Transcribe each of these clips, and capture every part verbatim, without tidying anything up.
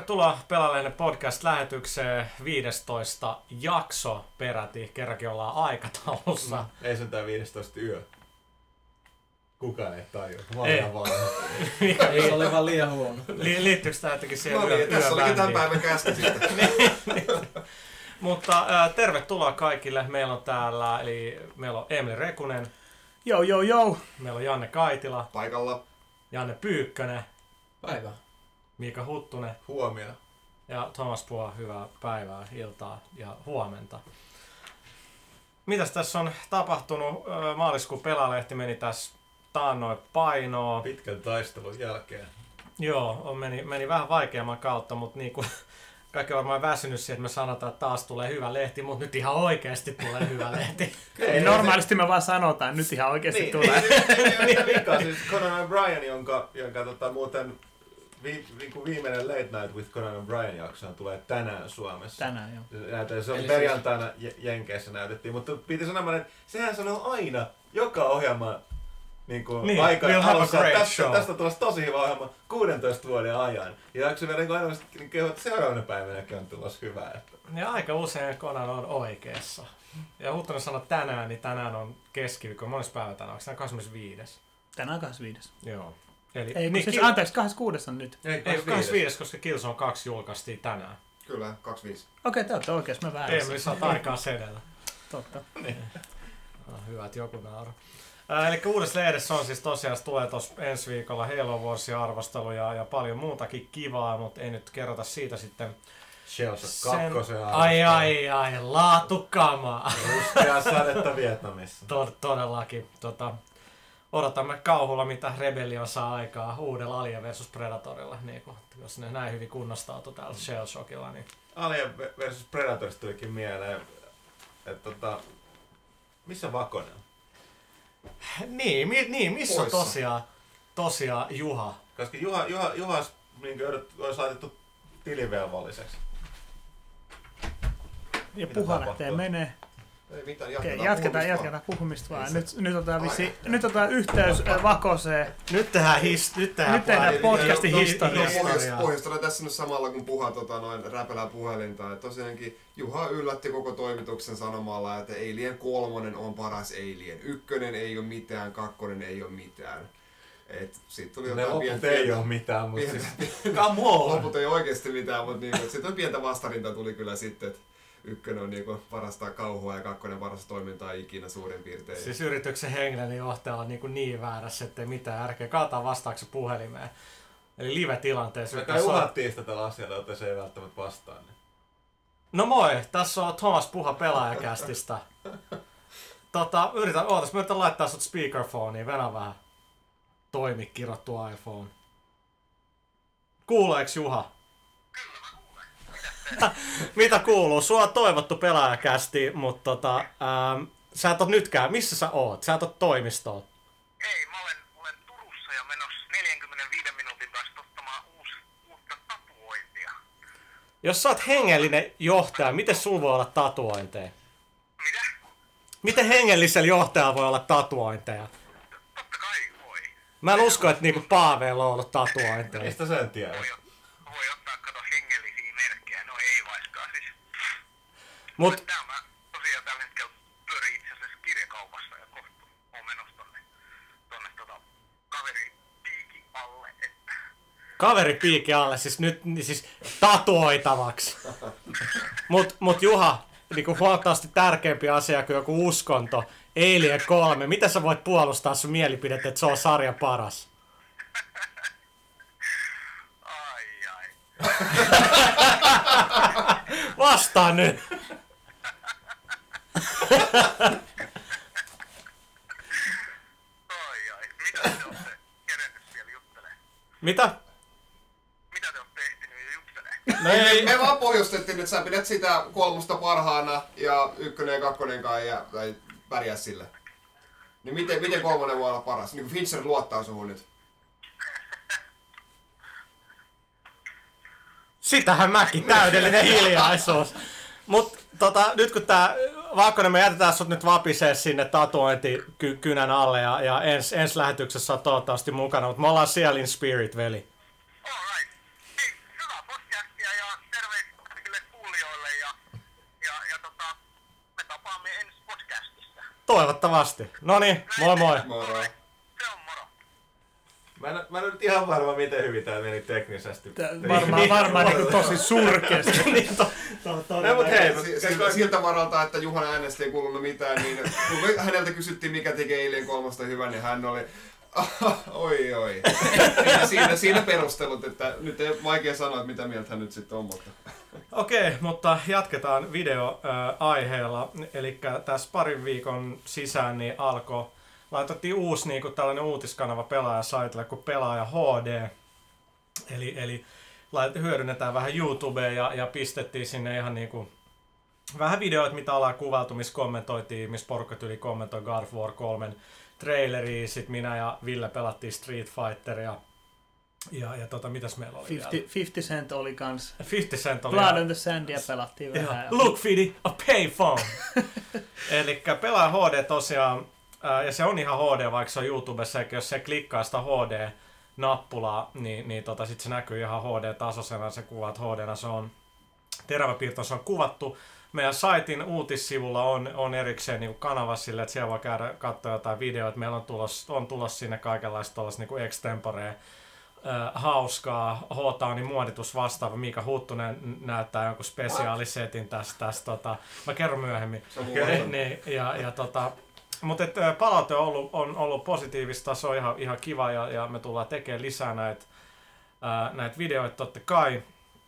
Tervetuloa Pelaalehden podcast-lähetykseen. viidestoista jakso peräti. Kerrankin ollaan aikataulussa. Mm. Ei sen tää viidestoista yö. Kukaan ei tajua. Mä oon ihan vanha. Ei se ole vaan liian huono. Li- liittyykö tää jotenkin siihen no yö, niin, tässä olikin tämän päivän kästi sitten. niin, niin. Mutta äh, tervetuloa kaikille. Meillä on täällä, eli meillä on Emeli Rekunen. Joo, joo, joo. Meillä on Janne Kaitila. Paikalla. Janne Pyykkönen. Päivä. Miika Huttunen. Huomio. Ja Thomas Puha, hyvää päivää, iltaa ja huomenta. Mitäs tässä on tapahtunut? Maaliskuun Pelaalehti meni tässä taannoin painoon. Pitkän taistelun jälkeen. Joo, on meni, meni vähän vaikeamman kautta, mutta niin kuin kaikki on varmaan väsynyt siihen, että me sanotaan, että taas tulee hyvä lehti, mutta nyt ihan oikeasti tulee hyvä lehti. Ei, normaalisti me vaan sanotaan, nyt ihan oikeasti niin, tulee. Niin, niin, niin, siis Conan O'Brien, jonka, jonka tota, muuten vi, vi, viimeinen Late Night with Conan O'Brien jaksohan tulee tänään Suomessa. Tänään, joo. Näytetään, se on Eli perjantaina siis Jenkeissä näytettiin, mutta piti sanomaan, että sehän sanoo aina joka ohjelma niin kuin Niin, aika we'll have a alussa, great tästä, show. tästä on tulossa tosi hyvä ohjelma kuudentoista vuoden ajan. Ja jakso vielä niin aina niin kehua, että seuraavana päivänäkin on tulossa hyvää. Että... Ja aika usein Conan on oikeassa. Ja Huttunen sanoi tänään, niin tänään on keskiviikko. Monessa päivä tänään? Onko tämä kaksikymmentäviisi? Tänään kaksikymmentäviides. Joo. Eli, Ei, niin, siis Kill... anteeksi, kaksikymmentäkuudes on nyt. Ei, Ei, kaksikymmentäviisi, koska Killzone kaksi julkaistiin tänään. Kyllä, kaksikymmentäviisi. Okei, te olette oikeassa, mä väärässä. Emeli, sä oot aikaa sedellä. Totta. Niin. No, hyvä, että joku nauru. Äh, eli uudessa lehdessä on siis tosiaan, tulee tuossa ensi viikolla Halo Wars-arvostelu ja, ja paljon muutakin kivaa, mutta ei nyt kerrota siitä sitten. Shells kakkosen Ai ai ai, laatukamaa. Ruskea sadetta Vietnamissa. Tod- todellakin. Tota, odotamme kauhulla, mitä Rebellion saa aikaa uudella Alien versus Predatorilla. Niin kun, jos ne näin hyvin kunnostautuu täällä Shell Shockilla. Niin... Alien versus Predatorista tulikin mieleen, että tota, missä Vakonen on? Niin, mi- niin, missä on Poissa. tosiaan, tosiaan Juha? Koska Juha, Juha, Juha niin olisi laitettu tilivelvolliseksi. Ja Mitä puha tapahtuu? lähtee menee. Ei mitään, Okei, jatketaan. jatketaan, puhumista jatketaan puhumista vaan. Ei Nyt, nyt, otetaan vissi, Ai. nyt otetaan yhteys äh, Vakoseen. Nyt tehdään, his- nyt tehdään, Nyt tehdään paljon- podcastin no, no, historiaa. no, Pohjois- historiaa. Pohjoistella tässä nyt samalla kun puhaa tota, noin räpälää puhelinta. Et tosiaankin Juha yllätti koko toimituksen sanomalla, että Alien kolmonen on paras Alien. Ykkönen ei ole mitään, kakkonen ei ole mitään. Et sit tuli Ne jotain loput ei ole mitään, mutta pientä- siis come on! Loput ei oikeesti mitään, mutta niinku, sitten pientä vastarinta tuli kyllä sitten, että ykkönen on niinku parasta kauhua ja kakkonen parasta toimintaa ikinä suurin piirtein. Siis yrityksen henkilön johtaja on niin, niin väärässä, ettei mitään järkeä. Kaataa vastaako puhelimeen. Eli live-tilanteessa. Me joka kai soi- uhattiin sitä tällä asialla, joten se ei välttämättä vastaa. Niin. No moi, tässä on Thomas Puha pelaajakästistä. Tota, yritän, ootas, mä yritän laittaa sut speakerphoneen, venä vähän. Toimi, kirottu iPhone. Kuuleeks Juha? Mitä kuuluu? Sua on toivottu pelaajakästi, mutta tota, ähm, sä et oo nytkään. Missä sä oot? Sä et oo toimistolla. Ei, mä olen, olen Turussa ja menossa neljänkymmenenviiden minuutin päästä ottamaan uusi, uutta tatuointia. Jos sä oot hengellinen johtaja, miten sulla voi olla tatuointeja? Mitä? Miten hengellisellä johtajalla voi olla tatuointeja? Totta kai voi. Mä en usko, että niinku Paaveella on ollut tatuointeja. Mistä sen tiedät? Voi, voi ottaa kato hengellisiä merkkejä. No ei vaikka siis. Mut Tää mä tosiaan tällä hetkellä pyörin itse asiassa kirjakaupassa ja kohta oon menossa tonne, tonne tota kaveri piikin alle. Että kaveri piikin alle, siis nyt siis tatuoitavaksi. Mut, mut Juha, niinku huomattavasti tärkeämpi asia kuin joku uskonto. Alien kolme. Miten sä voit puolustaa sun mielipidettä, että se on sarjan paras? ai ai. Vastaa nyt! Ai ai. Mitä te ootte kerennyt siellä juttelee? Mitä? Mitä te ootte ehtinyt jo juttelee? No ei, Me vaan pohjustettiin, että sä pidät sitä kolmosta parhaana ja ykkönen ja kakkonen kai ja tai pärjää sille. Niin miten, miten kolmonen voi olla paras? Niin kuin Fincher luottaa suhun nyt. sitähän mäkin, täydellinen hiljaisuus. Mut tota, nyt kun tää Vakkonen, me jätetään sut nyt vapisee sinne tatuointikynän alle ja, ja ens, ensi lähetyksessä on toivottavasti mukana, mutta me ollaan siellä in spirit, veli. Alright. Hei, hyvää podcastia Toivottavasti. Noniin, moi moi. Moro. Se on moro. Mä en, mä en ole nyt ihan varma, miten hyvin tää meni teknisesti. Tää Varmaan, varmaan niin tosi surkeasti. Niin, to, to, to, No, mut hei, mut- Si- siltä, siltä varalta, että Juhan äänestä ei kuulunut mitään, niin kun me häneltä kysyttiin, mikä tekee Alien kolmosta hyvän, niin hän oli oi oi. Siinä, siinä, siinä perustelut, että nyt ei vaikea sanoa, että mitä mieltä hän nyt sitten on, mutta... Okei, mutta jatketaan video-aiheella. Eli tässä parin viikon sisään niin alkoi, laitettiin uusi niin kuin tällainen uutiskanava pelaajasaitille kuin Pelaaja H D. Eli, eli lait- hyödynnetään vähän YouTubea ja, ja pistettiin sinne ihan niin kuin vähän videoita, mitä ollaan kuvailtu, missä kommentoitiin, missä porukat yli kommentoi God of War kolme traileria. Sitten minä ja Ville pelattiin Street Fighteria. Ja, ja tota, mitäs meillä oli vielä? viisikymmentä Cent oli kans. viisikymmentä Cent oli. Blood on the Sandia pelattiin Joo, vähän. Look Fidi, a payphone! Elikkä Pelaaja H D tosiaan, ää, ja se on ihan H D, vaikka se on YouTubessa, eikä jos se klikkaa sitä H D-nappulaa, niin, niin tota, sit se näkyy ihan H D-tasoisena, se kuvat H D-nä, se on teräväpiirto, se on kuvattu. Meidän saitin uutissivulla on, on erikseen niin kanava sille, että siellä voi käydä katsoa jotain videoita. Meillä on tulos, on tulos sinne kaikenlaista tuollaista niin extemporea, äh, hauskaa, H-Townin muoditus vastaava. Miika Huttunen näyttää jonkun spesiaalisetin tästä. tästä tota, mä kerron myöhemmin. Se on Ni, niin, ja, ja, tota, mutta et, ä, palaute on ollut, on ollut positiivista, se on ihan, ihan kiva ja, ja me tullaan tekemään lisää näitä näit videoita totta kai.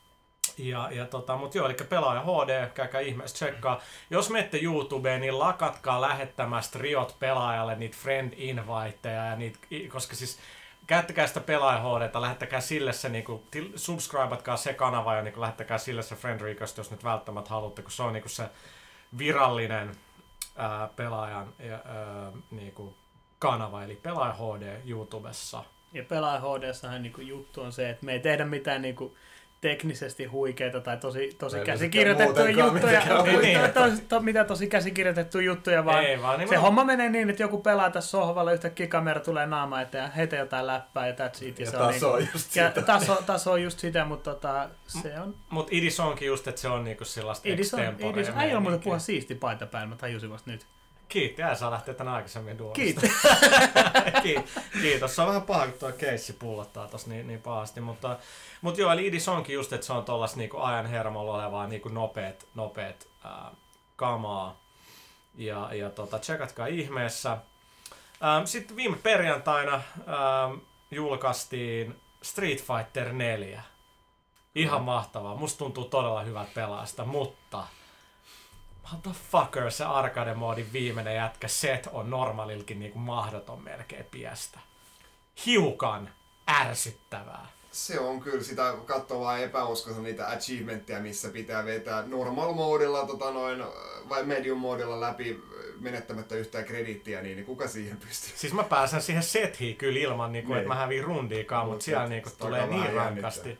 Ja, ja tota, mut joo, eli Pelaaja H D, käykää ihmeessä tsekkaa. Jos menette YouTubeen, niin lakatkaa lähettämästä Riot pelaajalle niitä friend inviteja ja niitä, koska siis käyttäkää sitä Pelaaja H D:tä, lähettäkää sille se niinku, til, subscribatkaa se kanava ja niinku, lähettäkää sille se friend request, jos nyt välttämättä haluatte, kun se on niinku se virallinen ää, pelaajan ja, ää, niinku, kanava, eli Pelaaja H D YouTubessa. Ja Pelaaja H D:ssähän niinku juttu on se, että me ei tehdä mitään niinku teknisesti huikeita tai tosi, tosi Ei käsikirjoitettuja muutenkaan juttuja, mitenkään ei, huikeita. to, to, to, mitä tosi käsikirjoitettuja juttuja, vaan, Ei, vaan se nimenomaan- homma menee niin, että joku pelaa tässä sohvalla, yhtäkkiä kamera tulee naama eteen ja heitä jotain läppää ja that's it. Ja se taso on niinku- just ja sitä. taso, taso on just sitä, mutta tota, se on... Mut idis onkin just, että se on niinku sellaista Idis on, extemporea idis, äijä on muuten meininkiä. puhua siisti paita päällä, mä tajusin vasta nyt. Kiitti, ää saa lähteä tän aikaisemmin duunista. Kiitos. Kiitos. Kiitos. Se on vähän paha, kun tuo keissi pullottaa tossa niin, niin pahasti. Mutta, mutta joo, eli idis onkin just, että se on tollaista niinku ajan hermolla olevaa niinku nopeet, nopeet ää, kamaa. Ja, ja tota, tsekatkaa ihmeessä. Ähm, Sitten viime perjantaina ähm, julkaistiin Street Fighter neljä. Ihan mahtavaa. Musta tuntuu todella hyvältä pelaasta, mutta motherfucker, se arcade-moodin viimeinen jätkä set on normaalilkin niinku mahdoton melkein piestä. Hiukan ärsyttävää. Se on kyllä sitä katsoa vaan epäuskossa niitä achievementteja, missä pitää vetää normal moodilla tota noin, vai medium moodilla läpi menettämättä yhtään krediittiä, niin, niin kuka siihen pystyy? Siis mä pääsen siihen sethiin kyllä ilman, niinku, että Niin. mä häviin rundiikaan, Mut mutta siellä sit niinku sitä tulee alkaa niin vähän rankasti.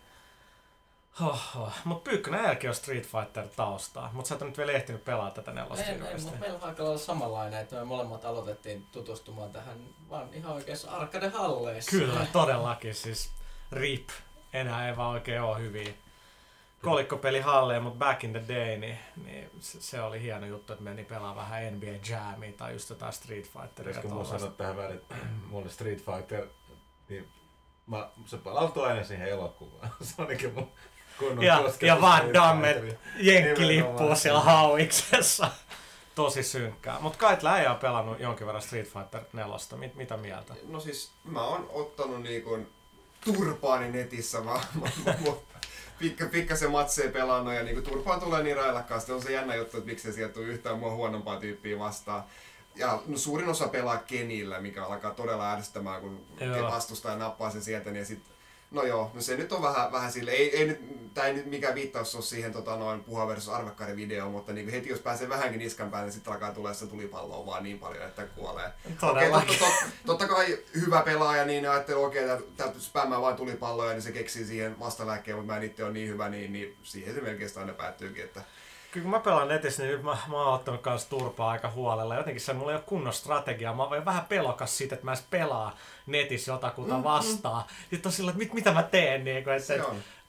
Oho. Mut Pyykkönen jälkeen on Street Fighter taustaa, mutta sä et nyt vielä ehtinyt pelaa tätä nelosta Ei, ei, hirveästi. mutta meillä on aika lailla samanlainen, että me molemmat aloitettiin tutustumaan tähän vaan ihan oikeassa arcade-halleissa. Kyllä, todellakin. Siis rip. Enää ei vaan oikein oo hyviä kolikkopeli halleen, mutta back in the day, niin, niin se, se oli hieno juttu, että meni pelaa vähän N B A Jamia tai just jotain Street Fighteria. Pitäisikö mun tollaista. sanoa tähän väliin, että mulle Street Fighter, niin mä, se palautui aina siihen elokuvaan. Se olikin mun kunnon Ja, kosketus ja Van Street Damme Fighterin. jenkkilippuu Nimenomaan. siellä hauiksessa. Tosi synkkää. Mutta kai läjä on pelannut jonkin verran Street Fighter nelosta. Mit, mitä mieltä? No siis mä oon ottanut niinku turpaani netissä vaan pikka, pikkasen matseja pelannut ja niinku turpaan tulee niin railakkaasti. On se jännä juttu, että miksei sieltä tule yhtään mua huonompaa tyyppiä vastaan. Ja no, suurin osa pelaa Kenillä, mikä alkaa todella ärsyttämään, kun Joo. vastustaja nappaa sen sieltä. Niin sit, no joo, no se nyt on vähän, vähän sille, ei, ei nyt, tää ei nyt mikään viittaus ole siihen tota, noin puha versus arvekkaiden videoon, mutta niinku heti jos pääsee vähänkin niskan päälle, niin sitten alkaa tulee sitä tulipalloa vaan niin paljon, että kuolee. Todellakin. Okei, totta, totta, totta kai hyvä pelaaja, niin ajattelee, okei, okay, täytyy spämmää vaan tulipalloja, niin se keksii siihen vastalääkkeen, mutta mä en itse ole niin hyvä, niin, niin siihen se melkein aina päättyykin. Että... Kyllä kun mä pelaan netissä, niin nyt mä, mä oon ottanut kans turpaa aika huolella. Jotenkin se mulla ei ole kunnon strategiaa. Mä oon vähän pelokas siitä, että mä edes pelaa netissä jotakuta vastaan. Mm, mm. Sitten on sillä, että mit, mitä mä teen. Niin kun, että, Se on.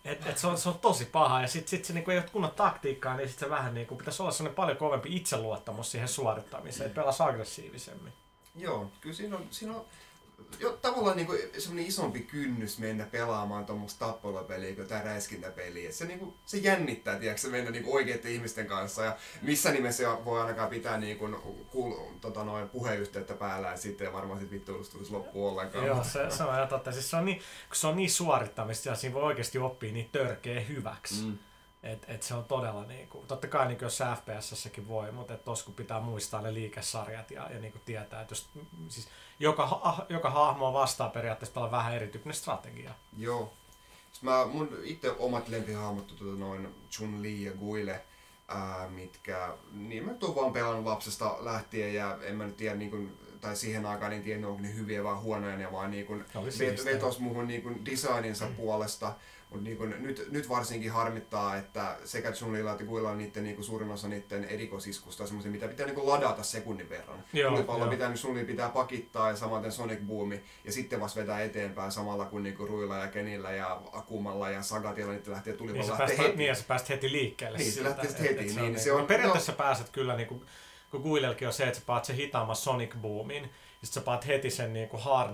Et, et se, on, se on tosi paha, ja sit, sit se niinku ei ole kunnon taktiikkaa, niin sit se vähän niinku, pitäisi olla sellainen paljon kovempi itseluottamus siihen suorittamiseen, että pelasi aggressiivisemmin. Joo, kyllä siinä on, siinä on jo, tavallaan niinku semmoinen isompi kynnys mennä pelaamaan tuommoista tappelupeliä kuin tää räiskintäpeliä. Se, niinku, se jännittää, tiedätkö, mennä niinku oikeiden ihmisten kanssa ja missä nimessä voi ainakaan pitää niinku, kul, tota noin, puheyhteyttä päällä ja sitten ei varmaan sit vittuilusta tulisi loppuun ollenkaan. Joo, se, se on ihan totta. Siis se on niin, kun se on niin suorittamista ja siinä voi oikeasti oppia niin törkeä hyväksi. Mm. Et, et se on todella niinku, totta kai niinku jos F P S-säkin voi, mutta et tos kun pitää muistaa ne liikesarjat ja, ja niinku tietää, että jos siis joka, ha, joka hahmoa vastaa periaatteessa pelaa vähän erityyppinen strategia. Joo. Mä, mun itse omat lempihahmot tuota noin Chun-Li ja Guile, ää, mitkä niin mä oon vaan pelannut lapsesta lähtien ja en mä nyt tiedä niin kun, tai siihen aikaan en tiedä, onko ne hyviä vai huonoja, ne vaan niin kun vet, vetos muhun niin kun designinsa mm. puolesta. Mutta niin nyt, nyt varsinkin harmittaa, että sekä Chun-Lilla että Guilla on niiden, niin suurin osa niiden erikoisiskusta semmoisia, mitä pitää niin ladata sekunnin verran. Tulipallo pitää, niin Chun-Li pitää pakittaa ja samaten Sonic Boomi ja sitten vasta vetää eteenpäin samalla kuin, niin kuin Ruilla ja Kenillä ja Akumalla ja Sagatilla niitä lähtee tulipallo niin lähtee heti. Niin ja sä pääst heti liikkeelle. Niin se lähtee sitten heti. Et, et niin, se se on, periaatteessa no, pääset kyllä, niin kuin, kun Guillelkin on se, että sä paat sen hitaamman Sonic Boomin ja sit sä paat heti sen niin kuin hard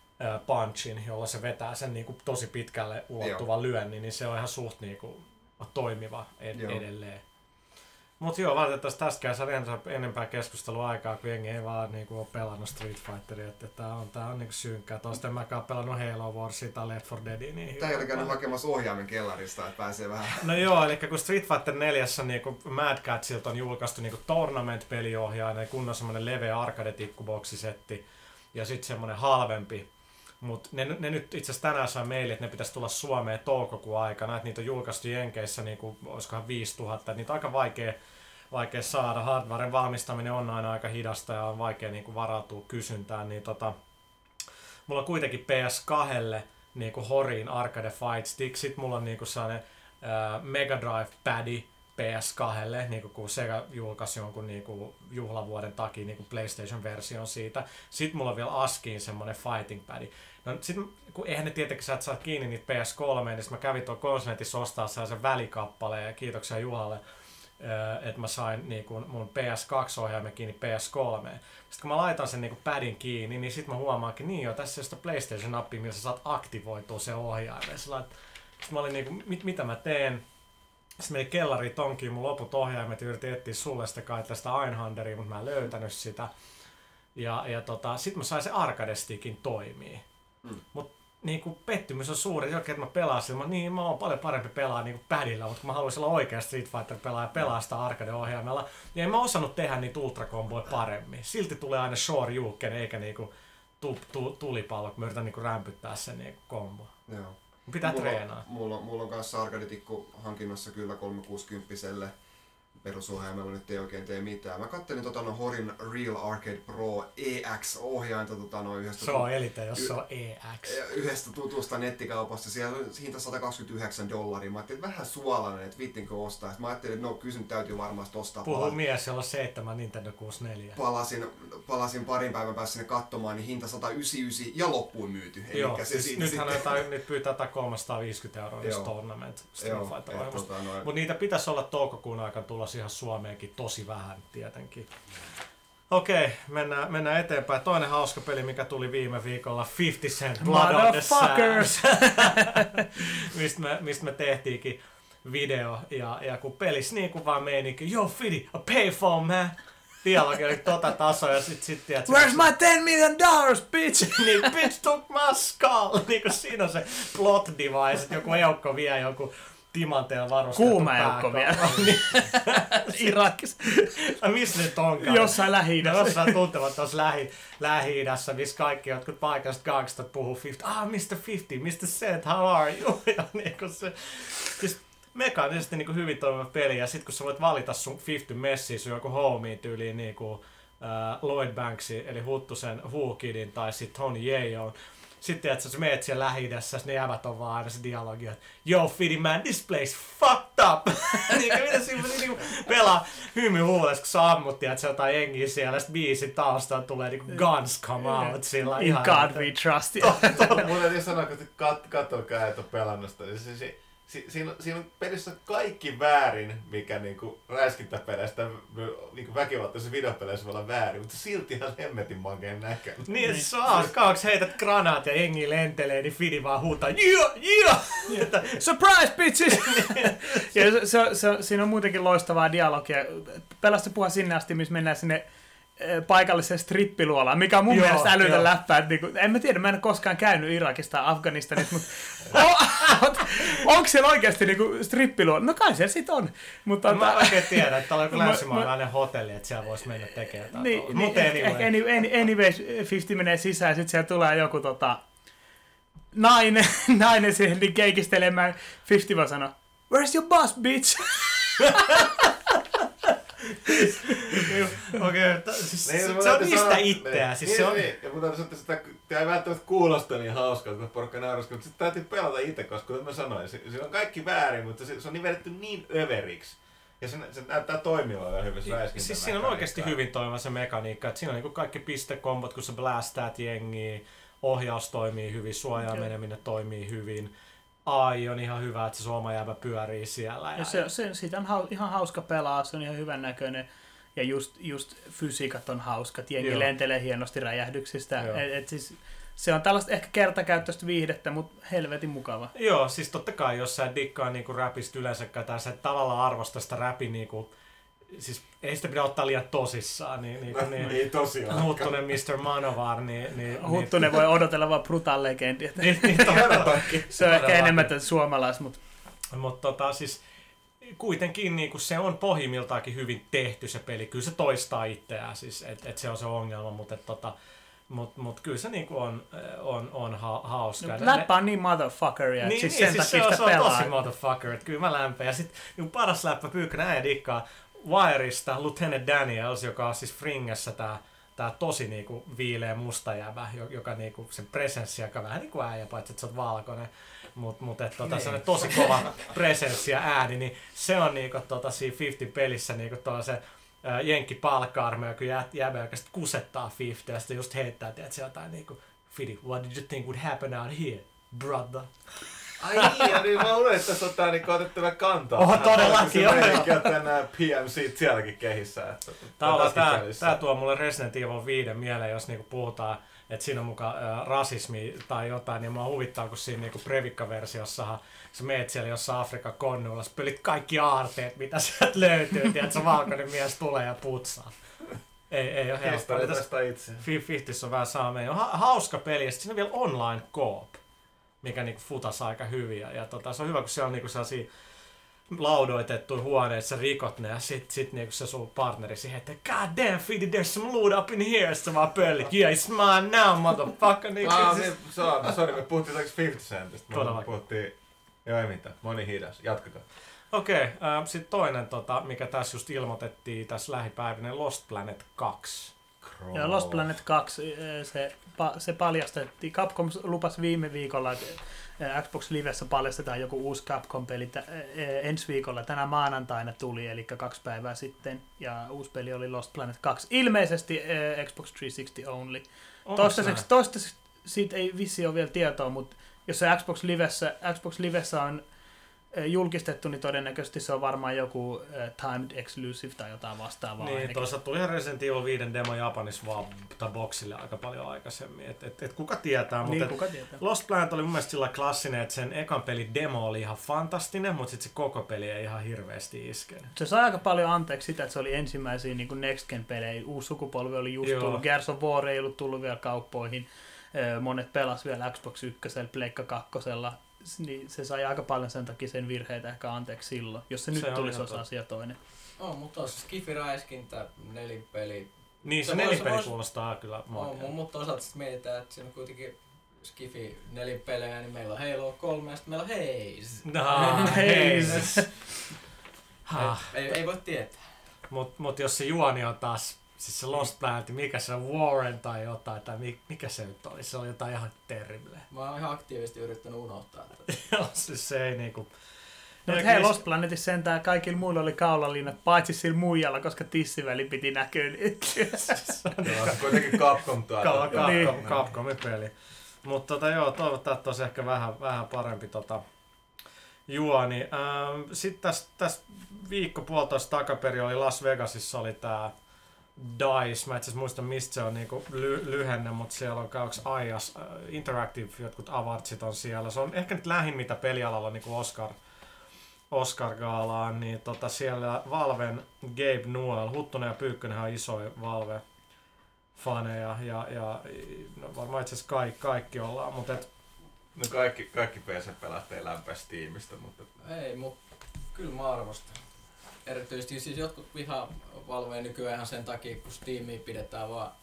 punchin, jolla se vetää sen niinku tosi pitkälle ulottuvan joo. lyönnin, niin se on ihan suht niinku toimiva ed- edelleen. Mut joo, valitettavasti tästäkään saa enempää keskustelua aikaa, kun jengi ei vaan niinku ole pelannut Street Fighteria, että tää on, tää on niinku synkkää. Toista en mäkään pelannut Halo Warsia tai Left four Deadia. Niin tää ei ole käynyt hakemassa ohjaimen kellarista, että pääsee vähän... No joo, eli kun Street Fighter neljässä niinku Mad Catsilta on julkaistu niinku tournament-peliohjaaja, kunnon semmonen leveä arcade-tikkuboksisetti ja sitten semmonen halvempi. Mutta ne, ne nyt itse asiassa tänään sai meille, että ne pitäisi tulla Suomeen toukokuun aikana, että niitä on julkaistu Jenkeissä, niinku, olisikohan viisituhatta, että niitä on aika vaikea, vaikea saada. Hardwaren valmistaminen on aina aika hidasta ja on vaikea niinku, varautua kysyntään. Niin, tota, mulla on kuitenkin P S kaksi niinku, Horin Arcade Fight Stick, sit mulla on niinku, sellainen äh, Mega Drive Paddy P S kaksi, niinku, kun Sega julkaisi jonkun niinku, juhlavuoden takia niinku PlayStation-version siitä. Sitten mulla on vielä Askiin semmonen Fighting Paddy. No sit, kun eihän ne tietenkin sä et saa kiinni niitä P S kolme, niin mä kävin tuon konsolentissa ostaa sen välikappaleen ja kiitoksia Juhalle, että mä sain niinku mun P S kaksi-ohjaimen kiinni P S kolme. Sitten kun mä laitan sen niinku padin kiinni, niin sit mä huomaankin, niin joo, tässä on sitä PlayStation-nappia, millä sä saat aktivoitua sen ohjaimen. Sitten mä olin niinku, mit, mitä mä teen? Sitten menin kellariin tonkiin mun loput ohjaimet ja yritin etsiä sulle sitä kai tästä Einhanderia, mutta mä en löytänyt sitä. Ja, ja tota, sit mä sain se Arcade Stickin toimii. Mm. Mut niinku pettymys on suuri, jokin että mä pelaan sillä, niin mä oon paljon parempi pelaa niinku padilla, mutta kun mä haluaisin olla oikea Street Fighter pelaaja ja pelaa sitä arcade-ohjaimella, niin en mä osannut tehdä niitä ultrakomboja paremmin. Silti tulee aina Shoryuken eikä niinku tu, tu, tulipallo, kun mä yritän niinku rämpyttää sen niinku kombo. Joo. Pitää mulla, treenaa. Mulla, mulla on kanssa arcade-tikku hankinnassa kyllä kolmesataakuusikymmentä perusohjaimella nyt ei oikein tee mitään. Mä kattelin tota no Horin Real Arcade Pro E X-ohjainta tota no yhdestä... Se on elite, jos se on E X. Yhdestä tutusta nettikaupasta. Siellä on hinta sata kaksikymmentäyhdeksän dollaria. Mä ajattelin, että vähän suolainen, että vittinkö ostaa. Sitten mä ajattelin, että no kyllä nyt täytyy varmasti ostaa. Puhuu Pala- mies, jolla on seitsemän Nintendo kuusikymmentäneljä. Palasin, palasin parin päivän päässä sinne katsomaan, niin hinta sata yhdeksänkymmentäyhdeksän ja loppuun myyty. Joo, se siis siitä nythän sitten... jotain, nyt pyytää jotain kolmesataaviisikymmentä euroa, jos Tournament Street Fighter -ohjelmasta. Tota, noin... Mutta niitä pitäisi olla toukokuun aikana tulla ihan Suomeenkin tosi vähän tietenkin. Okei, mennään, mennään eteenpäin. Toinen hauska peli, mikä tuli viime viikolla, fifty Cent Blood on the Sands, mistä me, mist me tehtiinkin video. Ja, ja kun pelissä niin kuin vaan meininkin, yo Fidi, a payphone man. Dialogi oli tota tasoa ja sit sit tiedät... Where's my ten million dollars, bitch? Niin, bitch took my skull. Niin kuin siinä on se plot device, että joku eukko vie joku timanteella varustettu kuuma eukko vielä. Irakissa. Missä nyt onkaan? Jossain Lähi-idässä. Jossain tuntevat tuossa Lähi, Lähi-idässä, missä kaikki jotkut paikalliset gangstat puhuu fifty. Ah, mister fifty, mister Seth, how are you? Ja niinku se... Siis mekaanisesti niinku hyvin toimiva peli, ja sit kun sä voit valita sun fifty messiä, sun joku homie tyyliin niinku uh, Lloyd Banksin, eli Huttusen Who-Kidin, tai sit Tony Yeon. Sitten että sä meet siellä Lähi-idässä, ne jävät on vaan aina se dialogi, että yo Fidi man, this place fucked up! Niin mitä siinä niinku pelaa hymy huulessa, kun sä ammut, että se jotain jengiä siellä, sit biisin taustaan tulee niinku guns come out sillä ihan... In God we trust. Mun täytyy sanoa, kun kat, katsokaa, että on pelannut sitä. Se, se, si, siinä, on- siinä on pelissä kaikki väärin, mikä niinku räiskintäpeleistä, niinku väkivaltaisissa videopeleissä voi olla väärin, mutta silti ihan hemmetin makeen näköinen. Niin, että se on hauskaa, onks heität granaat ja jengi lentelee, niin Fidi vaan huutaa, joo, joo! Surprise, bitches! ja se, se, se, siinä on muutenkin loistavaa dialogia. Pelasta puhua sinne asti, missä mennään sinne eh, paikalliseen strippiluolaan, mikä on mun Joo, mielestä älytön joo. läppä. Että niinku, en mä tiedä, mä en ole koskaan käynyt Irakista tai Afganistanista, mutta o, onko siellä oikeasti niinku strippiluola? No kai siellä sit on. Mutta Mä en oikein tiedä, että täällä on joku Mä- länsimaalainen hotelli, että siellä voisi mennä tekemään jotain. Niin, tuolla. niin Mut ehkä, anyway. ehkä any- any- anyways, viisikymmentä menee sisään ja sitten siellä tulee joku tota, nainen, nainen siihen niin keikistelemään. viisikymmentä vaan sanoo, where's your boss, bitch? Okei, okay, siis Niin, se, mun se on täytyy niistä sanoa- itseään. Niin, Siis niin, se on, niin. Ja mun täytyy sanoa, että sitä, tämä ei välttämättä kuulosta niin hauskaa, kun porukka nauraskaa, mutta sitten täytyy pelata itse, koska kuten mä sanoin, se, se on kaikki väärin, mutta se, se on niin vedetty niin överiksi. Ja se, se näyttää toimivan ja hyvissä räiskintämekaniikkaa. siis siinä on oikeasti hyvin toimiva se mekaniikka, että siinä on niinku kaikki pistekombot, kun sä blastaat jengiä, ohjaus toimii hyvin, suojaan Okei. meneminen toimii hyvin. Ai on ihan hyvä, että se suomajäävä pyörii siellä. Ja se, se, siitä on hau, ihan hauska pelaa, se on ihan hyvän näköinen. Ja just, just fysiikat on hauskat, jengi Joo. lentelee hienosti räjähdyksistä. Joo. Et, et siis, se on tällaista ehkä kertakäyttöistä viihdettä, mutta helvetin mukava. Joo, siis totta kai, jos sä et dikkaa niinku räpistä yleensäkään, tai sä et tavallaan arvosta sitä räpin niinku, siis ei sitä pidä ottaa liian tosissaan, niin, niin, niin, Niin tosiaan. Huttunen mister Manovar, niin, niin, Huttunen voi odotella vaan brutal legendia. niin, niin, todellakin. Se on ehkä Todellakin. enemmän tätä suomalais, mutta Mutta tota, siis kuitenkin niin se on pohjimmiltaankin hyvin tehty se peli. Kyllä se toistaa itseään, siis, että et se on se ongelma, mutta et, tota, mut, mut kyllä se niinku on, on, on ha, hauska. no, Ne- läppä on niin motherfuckeria, että niin, siis niin, sen siis se takia on, sitä se on pelaa. tosi motherfucker, että kyllä mä lämpeen. Ja sit niin paras läppä Pyykkönen äijä dikkaa Wireista Lieutenant Daniels, joka on siis Fringessä tää, tää tosi niinku viileä musta jäbä, jo- joka niinku sen presenssi aika vähän niinku äijä, paitsi että sä oot valkoinen. Mut, mut et tota, se on tosi kova presenssi ja ääni, niin se on niinku tota siinä viisikymmentä pelissä niinku tuolla se ää, jenkki palkka-armeija, kun jä, jäbä, joka sit kusettaa viisikymmentä ja sitten just heittää, tiedät se jotain niinku Fidi, what did you think would happen out here, brother? Ai niin, ja niin mä luulen, että tässä on tää niin otettava kantaa. Oho, tähän. todellakin, Se joo. meininki on tänään P M C sielläkin kehissä. Että, Tää, on, tässäkin tää, pelissä. tää tuo mulle Resident Evil viisi mieleen, jos niinku puhutaan, että siinä on mukaan ä, rasismi tai jotain, niin mua huvittaa, kun siinä niinku Previkka-versiossahan sä meet siellä jossain Afrikan konnuilla, sä pölit kaikki aarteet, mitä sieltä löytyy, tiedät, sä valkoinen mies tulee ja putsaa. Ei, ei oo helppoa. Historia Tässä tästä itse. viisikymmentä on vähän sama meidän. On ha- hauska peli, ja sit siinä on vielä online co-op, mikä niinku futas aika hyvin. Ja, ja tota, se on hyvä, kun siellä on niinku sellaisia laudoitettuja huoneita, sä rikot ne, ja sit, sit niinku se sun partneri siihen, että God damn, Fidi, there's some loot up in here, sit sä vaan pöllit, yeah, it's mine now, motherfucker. Niin, Ah, siis, niin, sorry, sorry, me puhuttiin taas viisikymmentä Centistä. Me Todellakin. puhuttiin, joo ei mitään, moni hidas, jatkakaa. Okei, okay, sitten toinen, tota, mikä tässä just ilmoitettiin tässä lähipäivinä, Lost Planet kaksi. Ja Lost Planet kaksi, eh, se, pa- se paljastettiin. Capcom lupasi viime viikolla, että eh, Xbox Livessä paljastetaan joku uusi Capcom-peli tä- eh, ensi viikolla. Tänä maanantaina tuli, eli kaksi päivää sitten. Ja uusi peli oli Lost Planet kaksi. Ilmeisesti eh, Xbox kolmesatakuusikymmentä only. Onko Toistaiseksi, toistaiseksi siitä ei vissi ole vielä tietoa, mutta jos se Xbox Livessä, Xbox Livessä on eh, julkistettu, niin todennäköisesti se on varmaan joku eh, timed exclusive tai jotain vastaavaa. Niin, ainakin. toisaalta tuli ihan Resident Evil viisi demo Japanissa vaan tai boxille aika paljon aikaisemmin. Et, et, et kuka tietää, mutta Niin, et kuka tietää. Lost Planet oli mun mielestä sillä klassinen, että sen ekan pelin demo oli ihan fantastinen, mutta sitten se koko peli ei ihan hirveästi iskenyt. Se sai aika paljon anteeksi sitä, että se oli ensimmäisiä niin Next Gen pelejä. Uusi sukupolvi oli just Joo. tullut. Gears of War ei ollut tullut vielä kauppoihin. Ö, Monet pelas vielä Xbox ykkösellä, Pleikka kakkosella. Niin se sai aika paljon sen takia sen virheitä ehkä anteeksi silloin. Jos se, Se nyt on tulisi ihan olisi totta. asia toinen. On, mutta tuossa Skifi-räiskintä, nelinpeli. Niin, se, Se nelipeli vois- vois- kuulostaa kyllä On, makealta. mutta toisaalta sitten mietitään, että siinä on kuitenkin Skifi nelinpelejä, niin meillä on Halo kolme ja sitten meillä on Haze. No, Hei. hei. Ha. Ei, ei voi tietää. Mut, mut jos se juoni on taas, siis se Lost Planet, mikä se on, Warren tai jotain, tai mi- mikä se nyt oli, se oli jotain ihan terrible. Mä oon ihan aktiivisesti yrittänyt unohtaa tätä. Joo, siis se ei niinku... No, Eikä hei, niissä- Lost Planetissa sentään kaikilla muilla oli kaulalinnat, paitsi sillä muijalla, koska tissiväli piti näkyä. Niin. Joo, se kuitenkin Capcom tuota. Ka- Capcom, Niin. Capcomin peli. Mutta tota, joo, toivotaan, että olisi ehkä vähän, vähän parempi tota, Joo, niin ähm, sitten tässä täs viikko puolitoista takaperin oli Las Vegasissa oli tää D I C E. Mä itse asiassa muistan mistä se on niinku ly- lyhenne, mutta siellä on kaksi I A S, äh, Interactive, jotkut awardsit on siellä. Se on ehkä nyt lähin mitä pelialalla niinku Oscar, Oscar-gaalaan, niin tota siellä Valven Gabe Newell, Huttunen ja Pyykkönen on isoja Valve-faneja ja, ja no varmaan itse asiassa kaikki, kaikki ollaan, mutta et No kaikki, kaikki P C-pelaat ei lämpää Steamista, mutta... Ei, mutta kyllä mä arvostan. Erityisesti siis jotkut vihaa Valvea nykyään ihan sen takia, kun Steamia pidetään vaan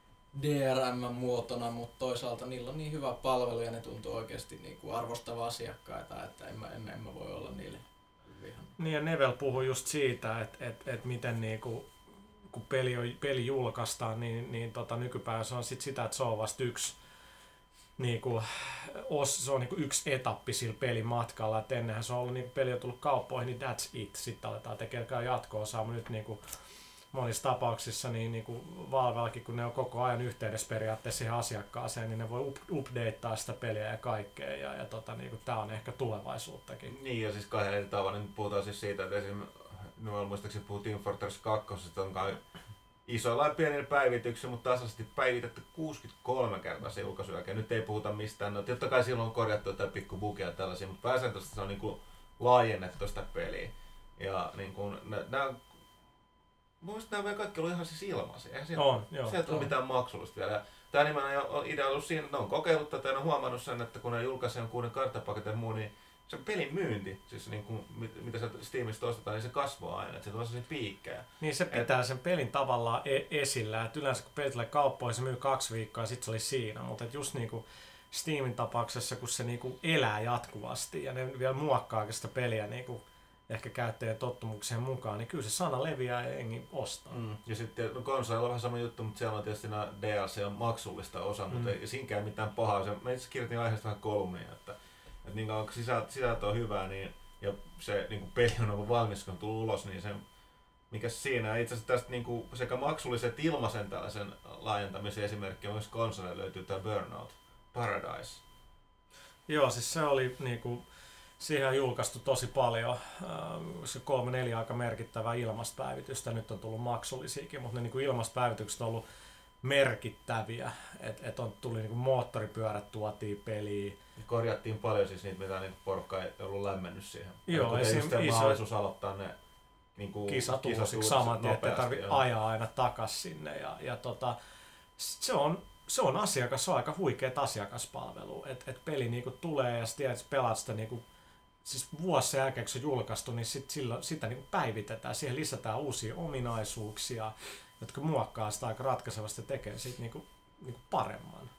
D R M-muotona, mutta toisaalta niillä on niin hyvä palvelu ja ne tuntuu oikeasti niin kuin arvostavaa asiakkaita, että en mä, en, en mä voi olla niille vihan. Niin ja Nevel puhui just siitä, että et, et miten niinku, kun peli, on, peli julkaistaan, niin, niin tota, nykypäivänä on sit sitä, että se on vasta yksi, niinku, os, se on niinku yksi etappi sillä pelimatkalla. Et ennenhän se on ollut, niin peli on tullut kauppoihin, niin that's it. Sitten aletaan tekemään jatko-osaa, mutta nyt niinku, monissa tapauksissa niin, niin kuin Valvellakin, kun ne on koko ajan yhteydessä periaatteessa siihen asiakkaaseen, niin ne voi up- updateaa sitä peliä ja kaikkea. Ja, ja tota, niin kuin, tää on ehkä tulevaisuuttakin. Niin, ja siis kahden eri tavalla, niin puhutaan siis siitä, että esimerkiksi, no muistaakseni puhuttiin Team Fortress kaksi, että on kai isoilla ja pienillä päivityksillä, mutta tasaisesti päivitetty kuusikymmentäkolme kertaa se julkaisun jälkeen. Nyt ei puhuta mistään, no totta kai silloin on korjattu jotain pikku bugia ja tällaisia, mutta pääsääntöisesti se on niin kuin laajennettu sitä peliä. Ja niin kuin, nämä Muistan, nämä kaikki oli ihan siis ilmaisia. Eihän sieltä, On, joo. sieltä ole mitään maksullista vielä. Tämä nimenomaan on idea ollut siinä, että ne on kokeillut tätä ja ne on huomannut sen, että kun ne julkaisee kuuden karttapaketin ja muu, niin se pelin myynti, siis niin kuin, mitä sieltä Steamista ostetaan, niin se kasvaa aina, että se tulee sellaisia piikkejä. Niin se pitää et, sen pelin tavallaan e- esillä. Et yleensä kun peli tulee kauppoihin, se myy kaksi viikkoa ja sitten se oli siinä. Mutta just niinku Steamin tapauksessa, kun se niinku elää jatkuvasti ja ne vielä muokkaa sitä peliä niinku ehkä käyttäjän tottumukseen mukaan, niin kyllä se sana leviää ja jengi ostaa. Mm. Ja sitten no, konsolilla on vähän sama juttu, mutta siellä on tietysti nämä D L C on maksullista osa, mm. mutta ei siinäkään mitään pahaa. Se, mä itse kirjoitin aiheesta vähän kolumnia, että, että niin kauan kun sisältö, sisältö on hyvää niin, ja se niin kuin peli on ollut valmis, kun on tullut ulos, niin se, mikä siinä itse asiassa tästä niin kuin sekä maksullisen että ilmaisen tällaisen laajentamisen esimerkkiä myös konsolille löytyy tämä Burnout Paradise. Joo, siis se oli niinku siihen on julkaistu tosi paljon, se kolme neljä aika merkittävää ilmastopäivitystä, nyt on tullut maksullisiakin, mutta ne niin kuin ilmastopäivitykset on ollut merkittäviä, että et on tuli niin kuin moottoripyörät tuotiin peliin. Korjattiin paljon siis niitä, mitä niin porukka ei ollut lämmennyt siihen. Joo, esim. Just iso mahdollisuus aloittaa ne niin kuin kisat uusiksi saman tien, ettei tarvitse ajaa aina takas sinne. Ja, ja tota, se on Se on asiakas, se on aika huikeet asiakaspalvelu, että et peli niinku tulee ja sä tiedät, että pelaat sitä niinku, siis vuosi sen jälkeen, kun se on julkaistu, niin sit, sillä, sitä niinku päivitetään, siihen lisätään uusia ominaisuuksia, jotka muokkaa sitä aika ratkaisevasti ja tekee siitä niinku, niinku paremman.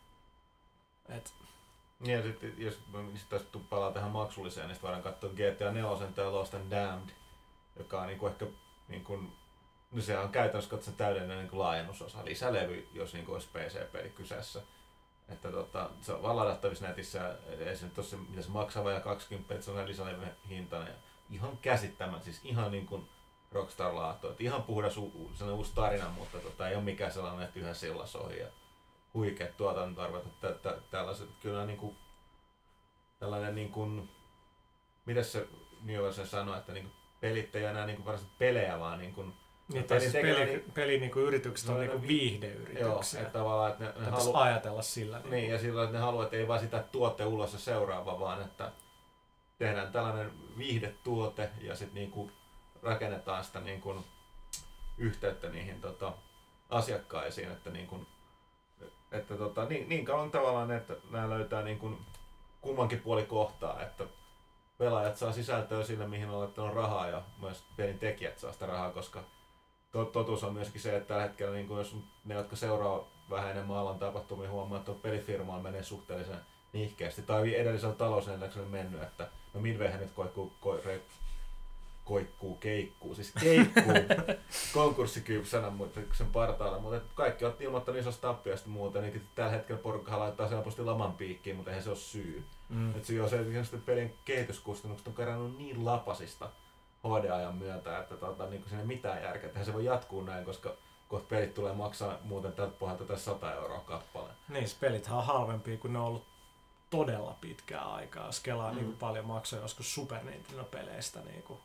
Et. Ja sitten jos sit palaa tähän maksulliseen, niin sitten voidaan katsoa G T A neljä tai Lost and Damned, joka on niinku ehkä niinku, no se on käytännössä katsoen täydellinen niin laajennusosa, lisälevy, jos niin olisi P C-peli kyseessä. Että tota, se on vaan ladattavissa netissä, ei se nyt ole se, mitä se maksaa vajaa kaksikymmentä, että se on lisälevy hintainen. Ja ihan käsittämättä, siis ihan niin kuin Rockstar-laattu, että ihan puhdas u- sellainen uusi tarina, mutta tota, ei ole mikään sellainen, että yhden sillas ohi ja huikeat tuotantoarvot. Että tällaiset, kyllä niin kuin, tällainen niin kuin, mitäs se New York sanoi, että niin kuin pelit ei enää niin kuin varsinaisesti pelejä, vaan niin kuin niin, tai siis peli, niin, peli niinku yritykset on no, niinku viihdeyrityksiä. Joo, että tavallaan, että ne, ne halu... ajatella sillä. Niin, niin, ja silloin, että ne haluaa, että ei vaan sitä tuote ulos ja seuraava, vaan että tehdään tällainen viihdetuote ja sitten niinku rakennetaan sitä niinku yhteyttä niihin tota, asiakkaisiin, että, niinku, että tota, niin, niin kauan tavallaan, että nämä löytää niinku kummankin puoli kohtaa, että pelaajat saa sisältöä sille, mihin on laittanut rahaa ja myös pelin tekijät saa sitä rahaa, koska totuus on myöskin se, että tällä hetkellä niin jos ne, jotka seuraa vähän enemmän alan tapahtumia, huomaa, että pelifirmaan menee suhteellisen nihkeästi. Tai edellisellä talousneljäksellä mennyt, että no Midwayhän nyt koikkuu, koire, koikkuu, keikkuu, siis keikkuu konkurssikypsänä sen partaalla, mutta kaikki ovat ilmoittaneet isosta tappiosta muuta, niin tällä hetkellä porukka laittaa helposti laman piikkiin, mutta eihän se ole syy. Mm. Et se on se, että pelin kehityskustannukset on kerännyt niin lapasista H D-ajan myötä, että tota, niin siinä ei mitään järkeä. Eihän se voi jatkuu näin, koska kohta pelit tulee maksaa muuten tältä pohjalta tässä sata euroa kappale. Niin, pelithän on halvempia kuin ne on ollut todella pitkää aikaa, jos kelaa mm. niin paljon maksoja joskus Super Nintendo-peleistä. Niin kuin,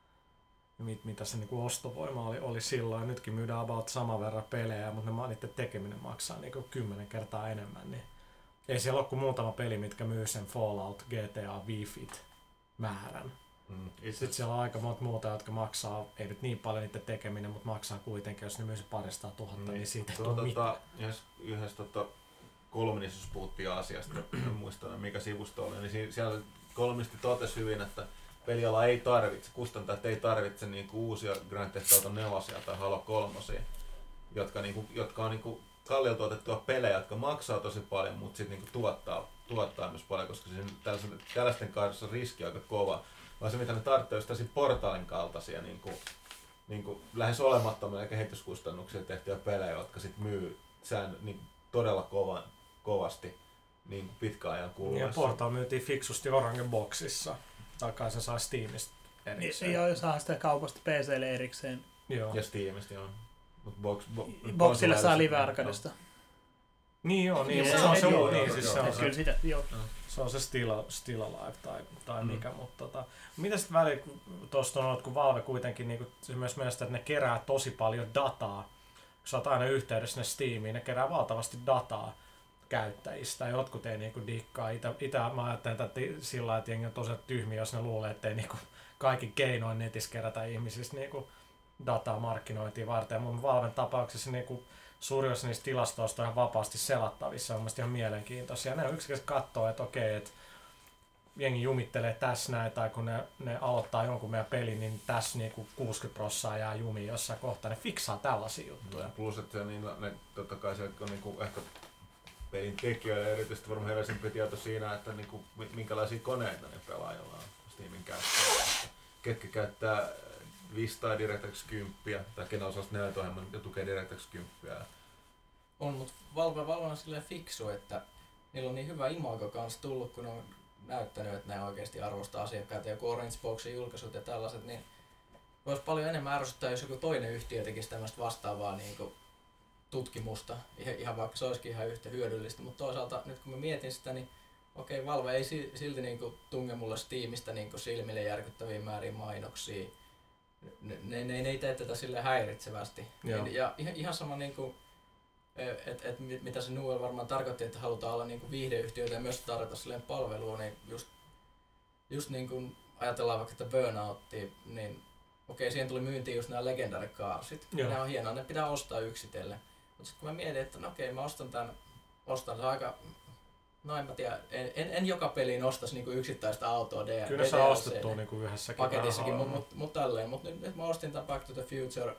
mit, mitä se niin kuin ostovoima oli, oli silloin. Nytkin myydään about saman verran pelejä, mutta ne, niiden tekeminen maksaa niin kuin kymmenen kertaa enemmän. Niin ei siellä ole kuin muutama peli, mitkä myy sen Fallout, G T A, Wii Fit määrän. Mm. Sitten siellä on aika monta muuta, jotka maksaa, ei nyt niin paljon niiden tekeminen, mutta maksaa kuitenkin, jos ne myy se paristaa tuhatta, mm. niin siitä ei tule tota, mitään. Yhdessä, yhdessä tota, kolumnissa puhuttiin asiasta, en muista mikä sivusto oli, niin siellä kolumnisti totesi hyvin, että peliala ei tarvitse, kustantajat ei tarvitse niinku uusia Grand Theft Auto nelosia tai Halo kolmosia, jotka, niinku, jotka on niinku kalliilla tuotettua pelejä, jotka maksaa tosi paljon, mutta sitten niinku tuottaa, tuottaa myös paljon, koska tällaisten kanssa riski on aika kova. Vaan se mitä ne tarvitsee, olisi tällaisia Portalin kaltaisia niinku, niinku lähes olemattomia kehityskustannuksia tehtyjä pelejä, jotka sitten myy sään, niinku, todella kovan, kovasti niinku pitkän ajan kuluessa. Ja Portal myytiin fiksusti Orange Boxissa. Tai se saa Steamista erikseen. Joo, saa sitä kaupasta P C:lle erikseen. Joo. Ja Steamista, joo. Mut box, bo, Boxilla saa Live Arcadesta. Niin joo, niin, mutta se on se joo, niin, joo, siis joo, se on se, kyllä sitä, joo. Se on se Still, still Alive tai, tai mikä, mm. mutta tota, mitä sitten väliin tuosta on ollut, kun Valve kuitenkin niin kuin, myös mielestä, että ne kerää tosi paljon dataa, kun sä oot aina yhteydessä ne Steamiin, ne kerää valtavasti dataa käyttäjistä, jotkut ei niinku dikkaa. Itä, itä mä ajattelen että sillä lailla, että jengi on tosi tyhmiä, jos ne luulee, ettei niinku kaikki keinoin netissä kerätä ihmisistä niinku dataa markkinointiin varten. Mun Valven tapauksessa niinku suurin osa niistä tilastoista on ihan vapaasti selattavissa, on mielestäni ihan mielenkiintoisia. Ne on yksinkertaisesti katsoo, että okei, että jengi jumittelee tässä näin, tai kun ne, ne aloittaa jonkun meidän pelin, niin tässä niinku kuusikymmentä prosenttia jää jumiin jossain kohtaa. Ne fiksaa tällaisia juttuja. Plus, että niin, ne, totta kai se on niinku ehkä pelin tekijöille erityisesti varmaan herällisempi tieto siinä, että niinku, minkälaisia koneita ne pelaajilla on Steamin käyttöön. Ketkä käyttää Vista tai DirectX kymmenen, tai kenen osaa neljä-ohjelman ja tukee DirectX kymmenen. On, mutta Valve, Valve on silleen fiksu, että niillä on niin hyvä imago kanssa tullut, kun ne on näyttänyt, että ne oikeasti arvostaa asiakkaita. Joku Orange Boxin julkaisut ja tällaiset, niin voisi paljon enemmän ärsyttää, jos joku toinen yhtiö tekisi tämmöistä vastaavaa niin kuin tutkimusta, ihan vaikka se olisikin ihan yhtä hyödyllistä, mutta toisaalta nyt kun mä mietin sitä, niin okei, Valve ei silti niinku tunge mulle Steamista niinku silmille järkyttäviä määriä mainoksia. Ne, ne, ne ei tee tätä sille häiritsevästi. Niin, ja ihan sama, niinku, että et, mitä se Newell varmaan tarkoitti, että halutaan olla niinku viihdeyhtiöitä ja myös tarjota silleen palvelua, niin just, just niin kuin ajatellaan vaikka että Burnouttia, niin okei, siihen tuli myyntiin just nämä Legendary Carsit. Ne on hienoa, ne pitää ostaa yksitellen. Mutta sitten kun mä mietin, että no okei, mä ostan tän, ostan se aika, no en mä tiedä, en, en, en joka peliin ostaisi niinku yksittäistä autoa D L C. Kyllä saa ostettua niinku yhdessäkin paketissakin, mutta mut, mut tälleen. Mutta nyt, nyt mä ostin tämän Back to the Future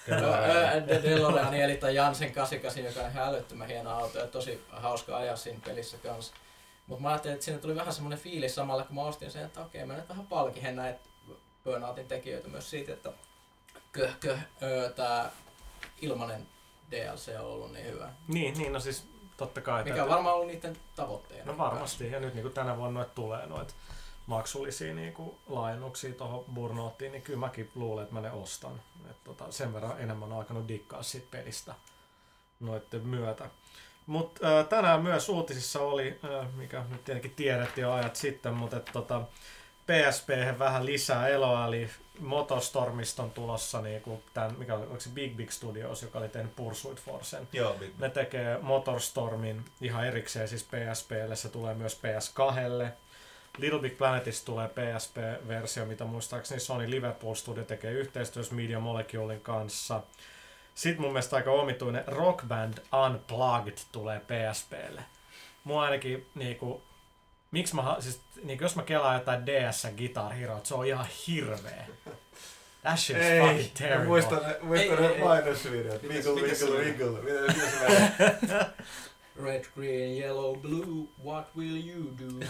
DeLoreani, eli tämän Jansen kahdeksankymmentäkahdeksan, joka on ihan älyttömän hieno auto ja tosi hauska ajaa siinä pelissä kanssa. Mutta mä ajattelin, että siinä tuli vähän semmoinen fiilis samalla, kun mä ostin sen, että okei, mä nyt vähän palkihen näitä Burnoutin tekijöitä myös siitä, että köh, köh, öö, tää ilmanen D L C on ollut niin hyvä. Niin, niin no siis totta kai. Mikä on varmaan ollut niiden tavoitteena. No varmasti, ja nyt niin kuin tänä vuonna noit tulee noit maksullisia niin kuin laajennuksia tuohon Burnouttiin, niin kyllä mäkin luulen, että mä ne ostan. Et tota, sen verran enemmän on alkanut dikkaa siitä pelistä noitten myötä. Mutta äh, tänään myös uutisissa oli, äh, mikä nyt tietenkin tiedettiin jo ajat sitten, mutta et, tota, P S P:hen vähän lisää eloa, eli Motorstormista on tulossa niinku tän, mikä oli, se Big Big Studios, joka oli tehnyt Pursuit Forcen. Joo, Big Big. Ne tekee Motorstormin ihan erikseen siis P S P:lle, se tulee myös P S kahdelle. Little Big Planetista tulee P S P-versio, mitä muistaakseni Sony Liverpool Studio tekee yhteistyössä Media Moleculein kanssa. Sitten mun mielestä aika omituinen Rock Band Unplugged tulee P S P:lle. Mua ainakin niinku Miksi mä, siis, niin jos mä kelaan jotain D S Guitar Hero, se on ihan hirveä. That shit's ei, fucking terrible. Muistan ne, muistan ne mainosvideot. Wiggle, wiggle, wiggle. Mitä se menee? Red, green, yellow, blue, what will you do?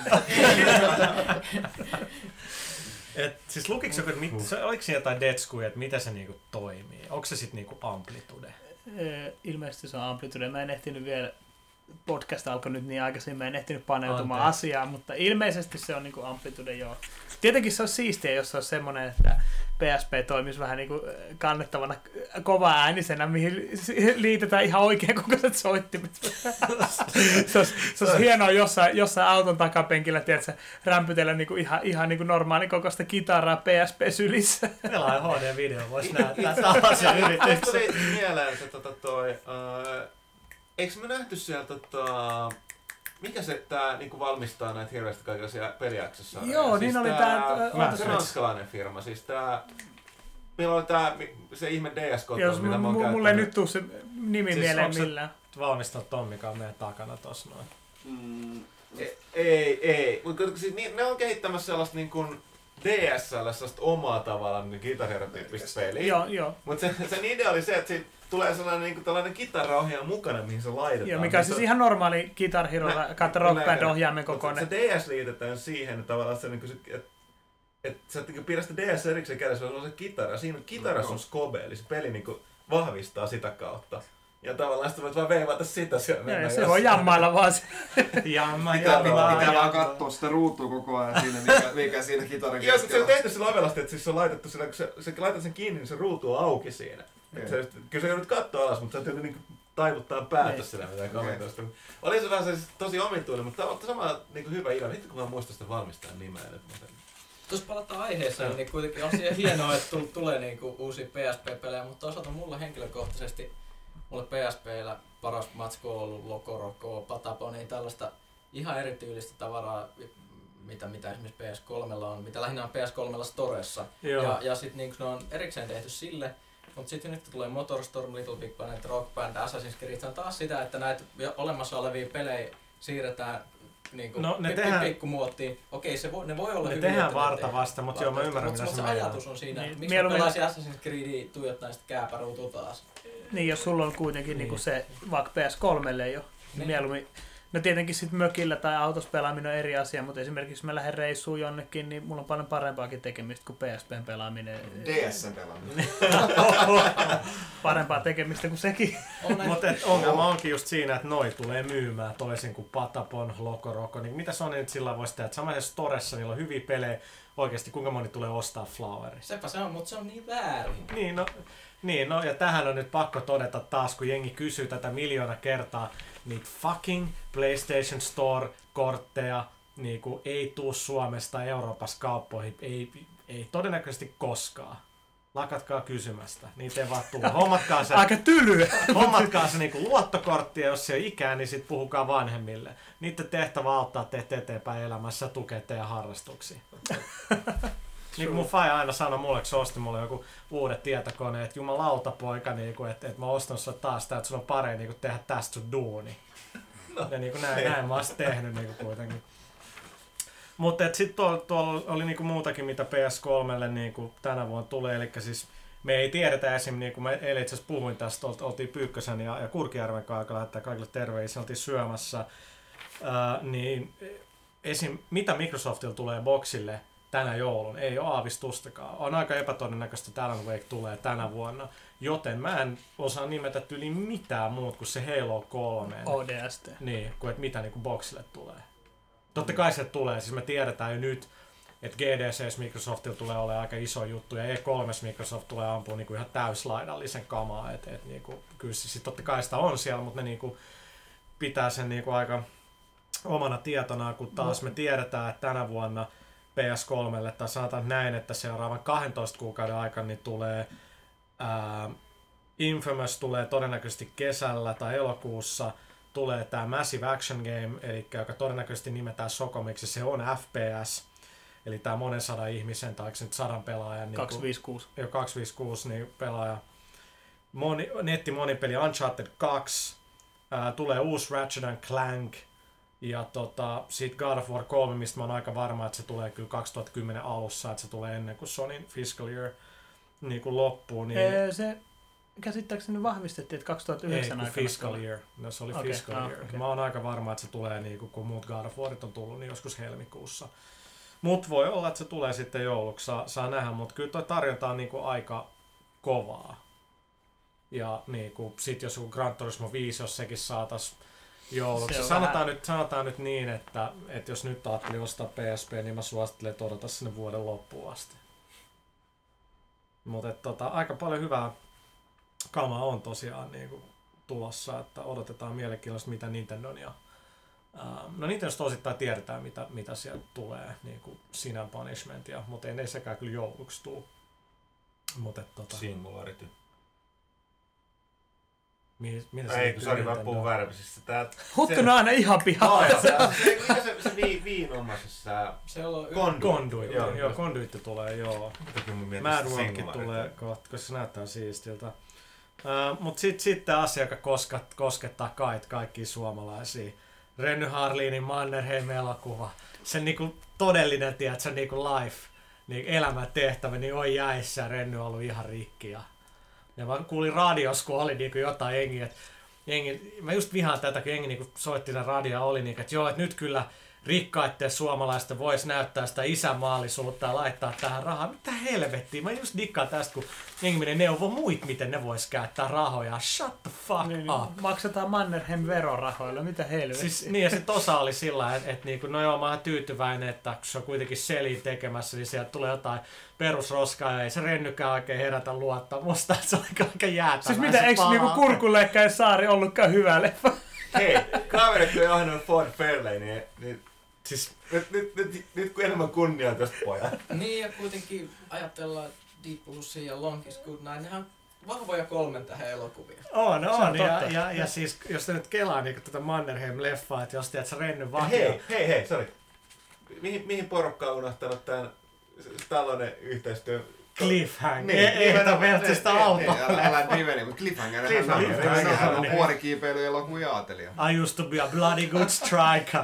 Et, siis lukiko joku, mit, se, oliko siinä jotain detskuja, että miten se niinku toimii? Onko se sitten niinku amplitude? Ilmeisesti se on amplitude. Mä en ehtinyt vielä, podcast alkoi nyt niin aikaisin, mä en ehtinyt paneutumaan Anteeksi. asiaan, mutta ilmeisesti se on niinku amplitude, joo. Tietenkin se on siistiä, jos se on semmoinen, että P S P toimisi vähän niin kuin kannettavana kova-äänisenä, mihin liitetään ihan oikein kokoiset soittimet. se olisi, se olisi hienoa jossain, jossain auton takapenkillä, tiedätkö, rämpytellä niin kuin ihan, ihan niin kuin normaali kokoista kitaraa P S P-sylissä. Pelaaja H D-video voisi näyttää tällaisen yrityksen. Tuli mieleen se tota toi... Uh, eikö me nähty siellä tota... Mikä se tää niinku valmistaa näitä hirveästi kaikenlaisia peliaksessoreja? Joo, siis niin oli tää... tää... Se ranskalainen firma, siis tää... Meillä oli tää se ihme D S-koto, Jos mitä mä oon m- käyttänyt. mulle ei nyt tuu se nimi Siis mieleen onko se- millään. Valmistaa Tom, mikä on meidän takana tossa noin. Mm, ei, ei, ei. Mut kun siis ni- ne on kehittämässä sellaista niin kuin D S L, sellaista omaa tavallaan niin Guitar Hero-tyyppistä peliä. Joo, joo. Mut sen, sen idea oli se, että siitä tulee sellainen niin kuin tällainen kitaraohjaaja mukana, mihin se laitetaan. Joo, mikä on siis ihan normaali Guitar Hero kautta Rock Band -ohjaimen kokoinen. Se D S liitetään siihen, että tavallaan se, niin se että et sä et niin pidä sitä D S erikseen kädessä, vaan se on se kitara. Siinä kitarassa on scope, eli se peli niin kuin vahvistaa sitä kautta. Ja tavallaan sitten voit vaan veivata sitä siellä. Joo, ja se voi jammailla vaan se. Jamma, Pitää, jamma, pitää vaan jamma. katsoa sitä ruutua koko ajan siinä, mikä, mikä siinä kitaran Joo, se on keskellä. tehty sillä ovelasti, että siis se on laitettu sillä, kun se, se laitat sen kiinni, niin se ruutu on auki siinä. Et se, kyllä sä joudut katsoa alas, mutta sä et niinku taivuttaa päätä Niin. sillä mitään komentoista. Oli se vähän se tosi omituinen, mutta tämä on sama niinku hyvä idea. Hitto kun mä muistan sitä valmistajan nimeä nyt. Tuossa palataan aiheeseen, niin kuitenkin on siihen hienoa, että tul- tulee niinku uusia P S P-pelejä, mutta toisaalta mulle henkilökohtaisesti, mulle P S P:llä paras matsku on ollut Loco Roco, Pataponi, tällaista ihan erityylistä tavaraa, mitä, mitä esimerkiksi P S kolme on, mitä lähinnä on P S kolme Storessa. Joo. Ja, ja sitten niin ne on erikseen tehty sille, mutta sitten nyt tulee Motorstorm, Little Big Planet, Rock Band, Assassin's Creed, se on taas sitä, että näitä jo olemassa olevia pelejä siirretään niin kuin No, ne pi- tehdään- pikkumuottiin. Okei, se voi, ne voi olla Ne hyviä. tehdään että ne varta tehdään vasta, mutta joo, mä varta ymmärrän, vasta. mitä Mut se se meinaat. ajatus on siinä, Niin, että miksi mä mieluummin- pelaisin Assassin's Creedia tuijottain sitä kääpäruutua taas. Niin, jos sulla on kuitenkin Niin. niinku se, vaikka P S kolme jo, niin Niin. mieluummin. No tietenkin sit mökillä tai autossa pelaaminen on eri asia, mutta esimerkiksi jos mä lähden reissuun jonnekin, niin mulla on paljon parempaakin tekemistä kuin P S P:n pelaaminen. D S:n pelaaminen. Parempaa tekemistä kuin sekin. On näin. Mutta ongelma onkin just siinä, että noi tulee myymään toisin kuin Patapon, Loco Roco. Niin mitä Sony nyt sillä voisi tehdä? Että samaisessa Storessa niillä on hyviä pelejä. Oikeasti kuinka moni tulee ostaa Floweri? Sepä se on, mutta se on niin väärin. Niin no, niin, no, ja tähän on nyt pakko todeta taas, kun jengi kysyy tätä miljoona kertaa, niitä fucking PlayStation Store-kortteja niinku, ei tuu Suomesta Euroopassa kauppoihin, ei, ei todennäköisesti koskaan. Lakatkaa kysymästä, niitä ei vaan tule. Hommatkaa se, Aika tylyä. hommatkaa se niinku luottokortti, ja jos se on ikää, niin sit puhukaa vanhemmille. Niiden tehtävä auttaa teitä eteenpäin elämässä ja tukea teidän harrastuksia. Niin kuin mun faija aina sanoi mulle, kun se osti mulle joku uudet tietokoneet, että jumalauta poika, niin kuin, että, että mä ostan sulle taas tää, että sun on parempi niin kuin tehdä tästä sun duuni. No, ja niin kuin näin, näin mä oon sit tehnyt niin kuin kuitenkin. Mutta sitten tuolla, tuolla oli niin kuin muutakin, mitä P S kolmelle niin kuin tänä vuonna tulee, eli siis me ei tiedetä esim. Niin kuin mä eilen itse asiassa puhuin tästä, oltiin Pyykkösen ja, ja Kurkijärven kanssa, lähettää kaikille terveisiä, oltiin syömässä, ää, niin esim. Mitä Microsoftilta tulee boksille tänä joulun, ei ole aavistustakaan. On aika epätodennäköistä, että Alan Wake tulee tänä vuonna, joten mä en osaa nimetä yli mitään muut kuin se Halo kolme. O D S T. Niin, kuin että mitä niin boksille tulee. Totta kai se tulee, siis me tiedetään jo nyt, että G D C Microsoftilla tulee olemaan aika iso juttu, ja E kolme Microsoft tulee ampua niin kuin ihan täyslaidallisen kamaa, että et, niin kuin, kyllä siis totta kai sitä on siellä, mutta ne niin kuin, pitää sen niin kuin aika omana tietona, kun taas me tiedetään, että tänä vuonna P S kolmelle, tai sanotaan näin, että seuraavan kahdentoista kuukauden aikana niin tulee ää, Infamous tulee todennäköisesti kesällä tai elokuussa, tulee tämä Massive Action Game, eli joka todennäköisesti nimetään Sokomiksi, se on F P S, eli tämä monen sadan ihmisen, tai nyt sadan pelaajan, niin kaksisataaviisikymmentäkuusi. jo kaksisataaviisikymmentäkuusi niin pelaaja. Moni, netti monipeli Uncharted kaksi, ää, tulee uusi Ratchet and Clank, ja tota, sit God of War kolme, mistä mä oon aika varma, että se tulee kyllä kaksituhattakymmenen alussa, että se tulee ennen kuin Sonyn fiscal year niin kuin loppuu. Niin Ee, se käsittääkseni vahvistettiin, että kaksituhattayhdeksän ei, kun aikana. fiscal year. No, se oli Okei, fiscal ah, year. okei. Mä oon aika varma, että se tulee niin kuin, kun muut God of Warit on tullut, niin joskus helmikuussa. Mut voi olla, että se tulee sitten jouluksi, saa, saa nähdä, mutta kyllä toi tarjonta on niin kuin aika kovaa. Ja niin kuin, sit jos joku Gran Turismo viisi, jos sekin saatais jouluksi. Se on Sanotaan vähän- nyt, sanotaan nyt niin, että, että jos nyt ajattelin ostaa P S P, niin mä suosittelen, että odota sinne vuoden loppuun asti. Mutta tota, aika paljon hyvää kamaa on tosiaan niinku tulossa, että odotetaan mielenkiintoista mitä Nintendon ja Uh, no Nintendosta osittain tiedetään, mitä, mitä sieltä tulee, niin kuin Sin and Punishment, ja, mutta ei ne sekään kyllä jouluksi tule. Mutta tota... Singularity. Mihin, mihin ei, kun sori, mä puhun väärin. Siis tää... Huttunen on aina ihan pihalla. Se, se, mikä se, se vi, viinomaisessa... Se on Conduit. Conduit, joo, joo, joo Conduit tulee, joo. Mad Worldkin tulee kohta, koska se näyttää siistiltä. Uh, mutta sitten sit tämä asia, joka kosket, koskettaa kait, kaikkia suomalaisia. Renny Harlinin Mannerheim-elokuva. Se niinku todellinen, tiedätkö, niinku life, niinku elämän tehtävä, niin on jäissä ja Renny on ollut ihan rikki. Ja, ja mä kuulin radios, kun oli niinku jotain jengiä, että jengi, mä just vihaan tätä, kun jengi niinku soitti sen radioa, oli niinku, että joo, että nyt kyllä rikkaitten suomalaisten voisi näyttää sitä isänmaallisuutta ja laittaa tähän rahaa. Mitä helvettiä? Mä just dikkaan tästä, kun jengi menee neuvo muit, miten ne vois käyttää rahoja. Shut the fuck niin, up. Maksetaan Mannerheim verorahoilla, mitä helvettiä. Siis, niin ja sit osa oli sillä, että et, niinku, no joo, mä oon tyytyväinen, että kun se on kuitenkin Selin tekemässä, niin sieltä tulee jotain perusroskaa ja ei se Rennykään oikein herätä luottamusta. Että se on aika jäätävää. Siis mitä, eikö niinku Kurkunleikkainen saari ollutkaan hyvä leffa? Hei, kaveri kun on ohjannut Ford Fairlane, niin, niin siis, nyt, nyt, nyt, nyt kun enemmän kunniaa tästä pojat. Niin ja kuitenkin ajatellaan Deep Blue Sea ja Long is Good Night, nehän on vahvoja kolmen tähän elokuvia. on, on. on Ja, totta. ja, ja siis, jos te nyt kelaa niin tätä Mannerheim-leffaa, että jos tiedät, sä Renny vakio... Hei, hei, hei, sori. Mihin, mihin porukka on unohtanut tämän tällainen yhteistyö? Cliffhanger. Niin, Ei, ei, niin, ei, veltsi sitä Ei, autoa. älä, älä diveni, mutta Cliffhanger Cliffhanger, hän on niin. vuorikiipeilyelokuvun jaatelija. I used to be a bloody good striker.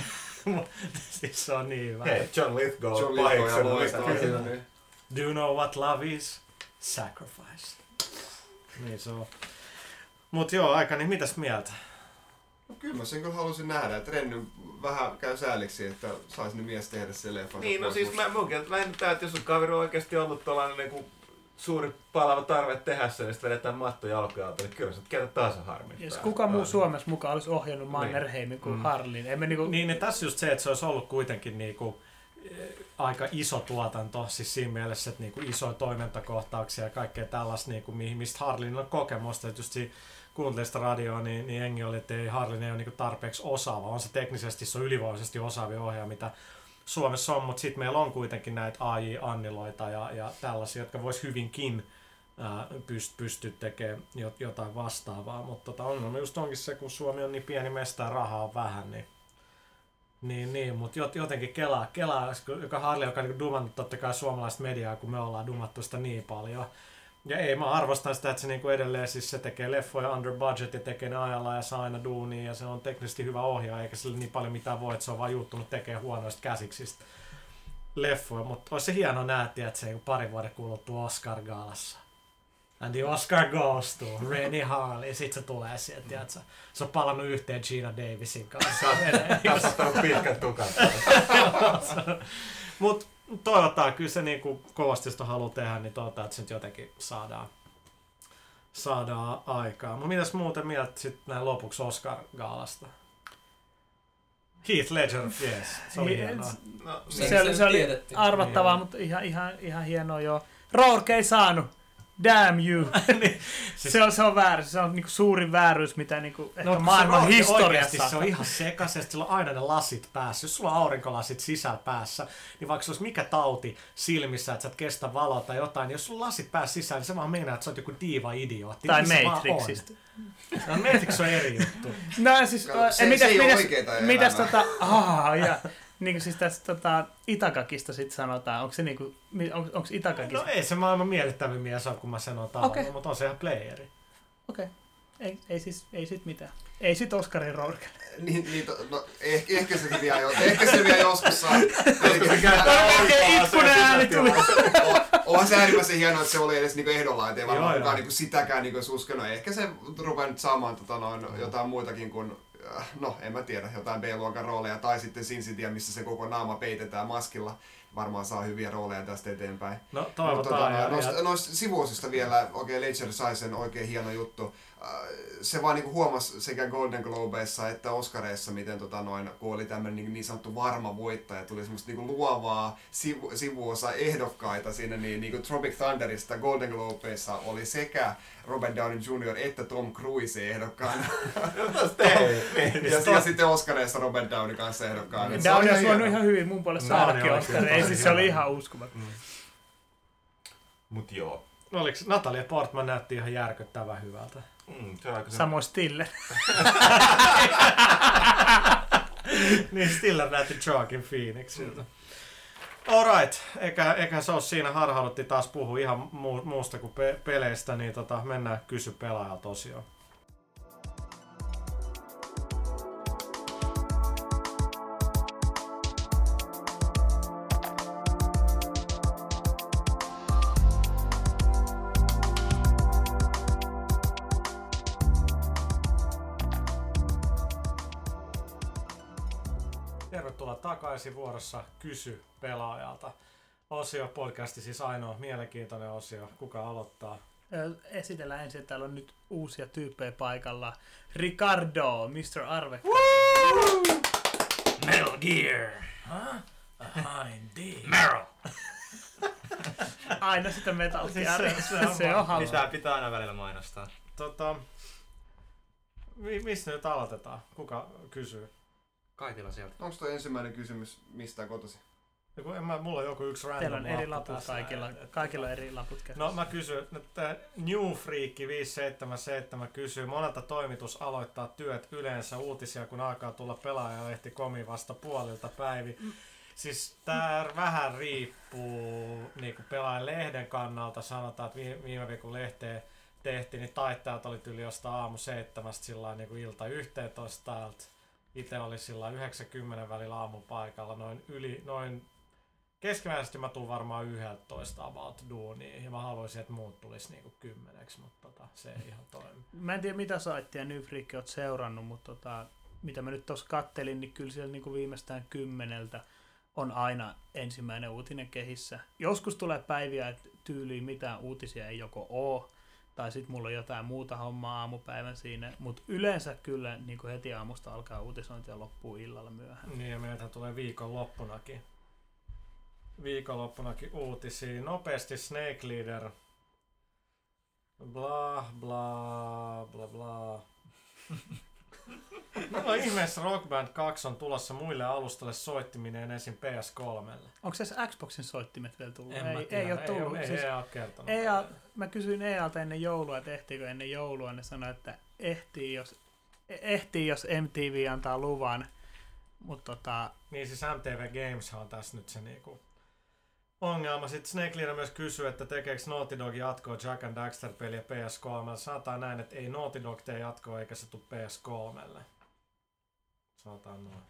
Siis se on niin hyvä. Hei, John Lithgow John on Lithgow ja pahiksen loistava. muista. Do you know what love is? Sacrifice. Niin se on. Mut joo, aika, niin mitäs mieltä? No, kyllä mä sen kyllä halusin nähdä, että Renny vähän käy sääliksi, että saisi nyt mies tehdä se leffa. Niin, no siis mä munkin lähinnä tää, että jos on kaveri on oikeesti ollut tollanen niinku suuri palava tarve tehdä sen, niin sit vedetään matto jalkoja alta, niin kyllä se ketä taas harmittaa. Jos kuka muu Suomessa mukaan olisi ohjannut Mannerheimin kuin Mm. Harlin. Emme niinku... Niin, niin tässä just se, että se olisi ollut kuitenkin niinku, eh, aika iso tuotanto, siis siinä mielessä, että niinku isoja toimintakohtauksia ja kaikkea tällaista, niinku, mihin, mistä Harlin on kokemusta. Että just siinä kuuntelin sitä radioa, niin, niin jengi oli, että ei Harlin ei ole niinku tarpeeksi osaava. On se teknisesti, se on ylivoimaisesti osaavia ohjaaja, mitä Suomessa on, mutta sitten meillä on kuitenkin näitä A J-anniloita ja, ja tällaisia, jotka vois hyvinkin ää, pyst, pystyä tekemään jotain vastaavaa. Mutta tota, ongelma just onkin se, kun Suomi on niin pieni mesta ja rahaa on vähän, niin Niin, niin mutta jotenkin kelaa, kelaa joka Harli, joka on niin dumannut totta kai suomalaista mediaa, kun me ollaan dumattu sitä niin paljon. Ja ei, mä arvostan sitä, että se niinku edelleen siis se tekee leffoja under budget ja tekee ne ajalla ja saa aina duunia ja se on teknisesti hyvä ohjaaja, eikä sille niin paljon mitään voi, että se on vaan juuttunut tekemään huonoista käsiksistä leffoja. Mutta olisi se hieno näyttää, että se ei pari vuoden kuluttua Oscar-gaalassa. And the Oscar goes to Renny Harlin. Sitten se tulee sieltä, tiiätkö? Se on palannut yhteen Gina Davisin kanssa. Tässä on pitkän tukan. Mut toivotaan, kyllä se niinku kovasti sitä haluaa tehdä, niin toivotaan, että se nyt jotenkin saadaan, saadaan aikaa. Mutta mitäs muuten mieltä sitten näin lopuksi Oscar-gaalasta? Heath Ledger, yes. Se oli hienoa. No, Se- Se, oli, se oli tiedettiin. arvattavaa, Niin. mutta ihan, ihan, ihan hienoa joo. Rourke ei saanut. Damn you. Niin, siis- se, on, se on vääryys. Se on niinku suurin vääryys, mitä niinku ehkä No, maailman se oikeasti historiassa. se on ihan sekaisin, että sillä on aina ne lasit päässä. Jos sulla on aurinkolasit sisällä päässä, niin vaikka se olisi mikä tauti silmissä, että sä et kestä valoa tai jotain, niin jos sulla on lasit päässä sisään, niin se vaan meinaa, että sä oot joku diiva-idiootti. Tai Niin se vaan Matrixista. on. No, Matrix on eri juttu. No siis, No, se- eh, mitäs, se ei oo mitäs, oikeeta mitäs elämää. tota, aah, ja, niin kuin siis tästä tota, Itakakista sit sanotaan, onko se niinku, mi- on, onko Itakaki? No ei se maailman miellyttävin mies ole, kun mä sanon tavallaan, Okei. mutta on se ihan playeri. Okei, okay. ei, ei, siis, ei sit mitään. Ei sit Oscarin Rourke. Niin, niin, to- no, ehkä, ehkä se vielä, jo, ehkä se vielä joskus saa. Oikein itkunen ääni tuli. Onhan se äärimmäisen hienoa, että se oli edes niinku ehdolla, ettei Joo, varmaan joo. kukaan niinku sitäkään niinku uskonut. Ehkä se rupeaa nyt saamaan tota, noin, jotain muitakin kuin, äh, no en mä tiedä, jotain B-luokan rooleja tai sitten Sin Cityä, missä se koko naama peitetään maskilla. varmaan saa hyviä rooleja tästä eteenpäin. No toivotaan. Tota, Ja, noista, ja... noista sivuosista vielä, okei, okay, Ledger sai sen oikein hieno juttu. Se vaan niinku huomasi sekä Golden Globeissa että Oscareissa, miten tota noin, kun oli tämmöinen niin, niin sanottu varma voittaja, tuli semmoista niinku luovaa sivu, sivuosa ehdokkaita sinne, niin niinku Tropic Thunderista Golden Globeissa oli sekä Robert Downey junior että Tom Cruise ehdokkaana. ja, ja sitten Oscareissa Robert Downey kanssa ehdokkaana. Downey on suonut ihan hyvin mun puolesta saadakin Oscareja, siis se oli ihan uskomaton. Mm. Mut joo. Oliko Natalia Portman näytti ihan järkyttävän hyvältä? Mm, se on aika Samoin Stiller. Niin Stiller näytti Joaquin Phoenixilta. Alright, eikä, eikä se ole siinä, harhauduttiin taas puhua ihan muu, muusta kuin pe- peleistä, niin tota, mennään kysy pelaajalta osioon. Tervetuloa takaisin vuorossa Kysy pelaajalta. Osio podcasti siis ainoa mielenkiintoinen osio. Kuka aloittaa? Esitellään ensin, että täällä on nyt uusia tyyppejä paikalla. Ricardo, mister Arve. Metal Gear. Huh? Behind the Meryl. Aina sitä Metal Gear. Se, se on, se on hauska. Pitää, pitää aina välillä mainostaa. Tota, mi- mistä nyt aloitetaan? Kuka kysyy? Kaitila sieltä. Onko toi ensimmäinen kysymys mistään kotosi? Joku, en mä, mulla on joku yksi random Teillä on eri lappu laput tässä. kaikilla. Kaikilla on eri laput käsissä. No mä kysyn, että New Freak viisi seitsemän seitsemän kysyy, monelta toimitus aloittaa työt yleensä uutisia, kun alkaa tulla pelaajalehti komi vasta puolilta päivi. Mm. Siis tää vähän riippuu niin pelaajan lehden kannalta. Sanotaan, että viime, viime viikon lehteen tehtiin, niin taittajat oli yli jostain aamu seitsemästä sillä niin ilta yhteentoista täältä. Itse oli sillä yhdeksänkymmentä välillä aamupaikalla, noin yli, noin keskimääräisesti mä tuun varmaan yhdeltätoista about duuniin, ja mä haluaisin, että muut tulisi niinku kymmeneksi, mutta tota, se ei ihan toimi. Mä en tiedä mitä saittia New Freak oot seurannut, mutta tota, mitä mä nyt tossa kattelin, niin kyllä siellä niinku viimeistään kymmeneltä on aina ensimmäinen uutinen kehissä. Joskus tulee päiviä, että tyyliin mitään uutisia ei joko oo, tai sitten mulla on jotain muuta hommaa aamupäivän siinä, mutta yleensä kyllä niin kuin heti aamusta alkaa uutisointi ja loppuu illalla myöhään. Niin ja meiltä tulee viikonloppunakin. Viikonloppunakin uutisia. Nopeasti Snake Leader. Bla bla bla bla. No ihmeessä Rock Band kaksi on tulossa muille alustalle soittiminen ensin P S kolmelle. Onko se Xboxin soittimet vielä tullut? En ei, mä tiedä. ei ole tullut. Ei, siis ei, ei ole kertonut. E A, mä kysyin E A:lta ennen joulua, että ehtiikö ennen joulua. Ne sanoi, että ehtii jos, ehtii, jos M T V antaa luvan. Mut tota... Niin siis M T V Games on tässä nyt se niinku ongelma. Sitten Snake Leader myös kysyy, että tekeekö Naughty Dog jatkoa Jack and Daxter-peliä P S kolme. Sanotaan näin, että ei Naughty Dog tee jatkoa eikä se tule P S kolmelle. Sanotaan noin.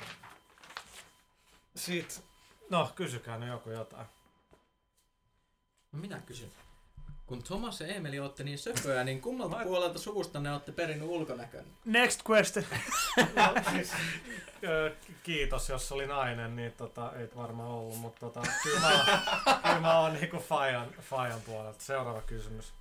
Sitten, no kysykää nyt joku jotain. No minä kysyn. Kun Thomas ja Emeli olette niin söpöjä, niin kummalta puolelta suvusta ne olette perinnyt ulkonäkön? Next question. No, siis, ö, kiitos, jos oli nainen, niin tota, ei varmaan ollut, mutta tota, kyllä mä oon, kyllä mä oon niinku Fajan, Fajan puolelta. Seuraava kysymys.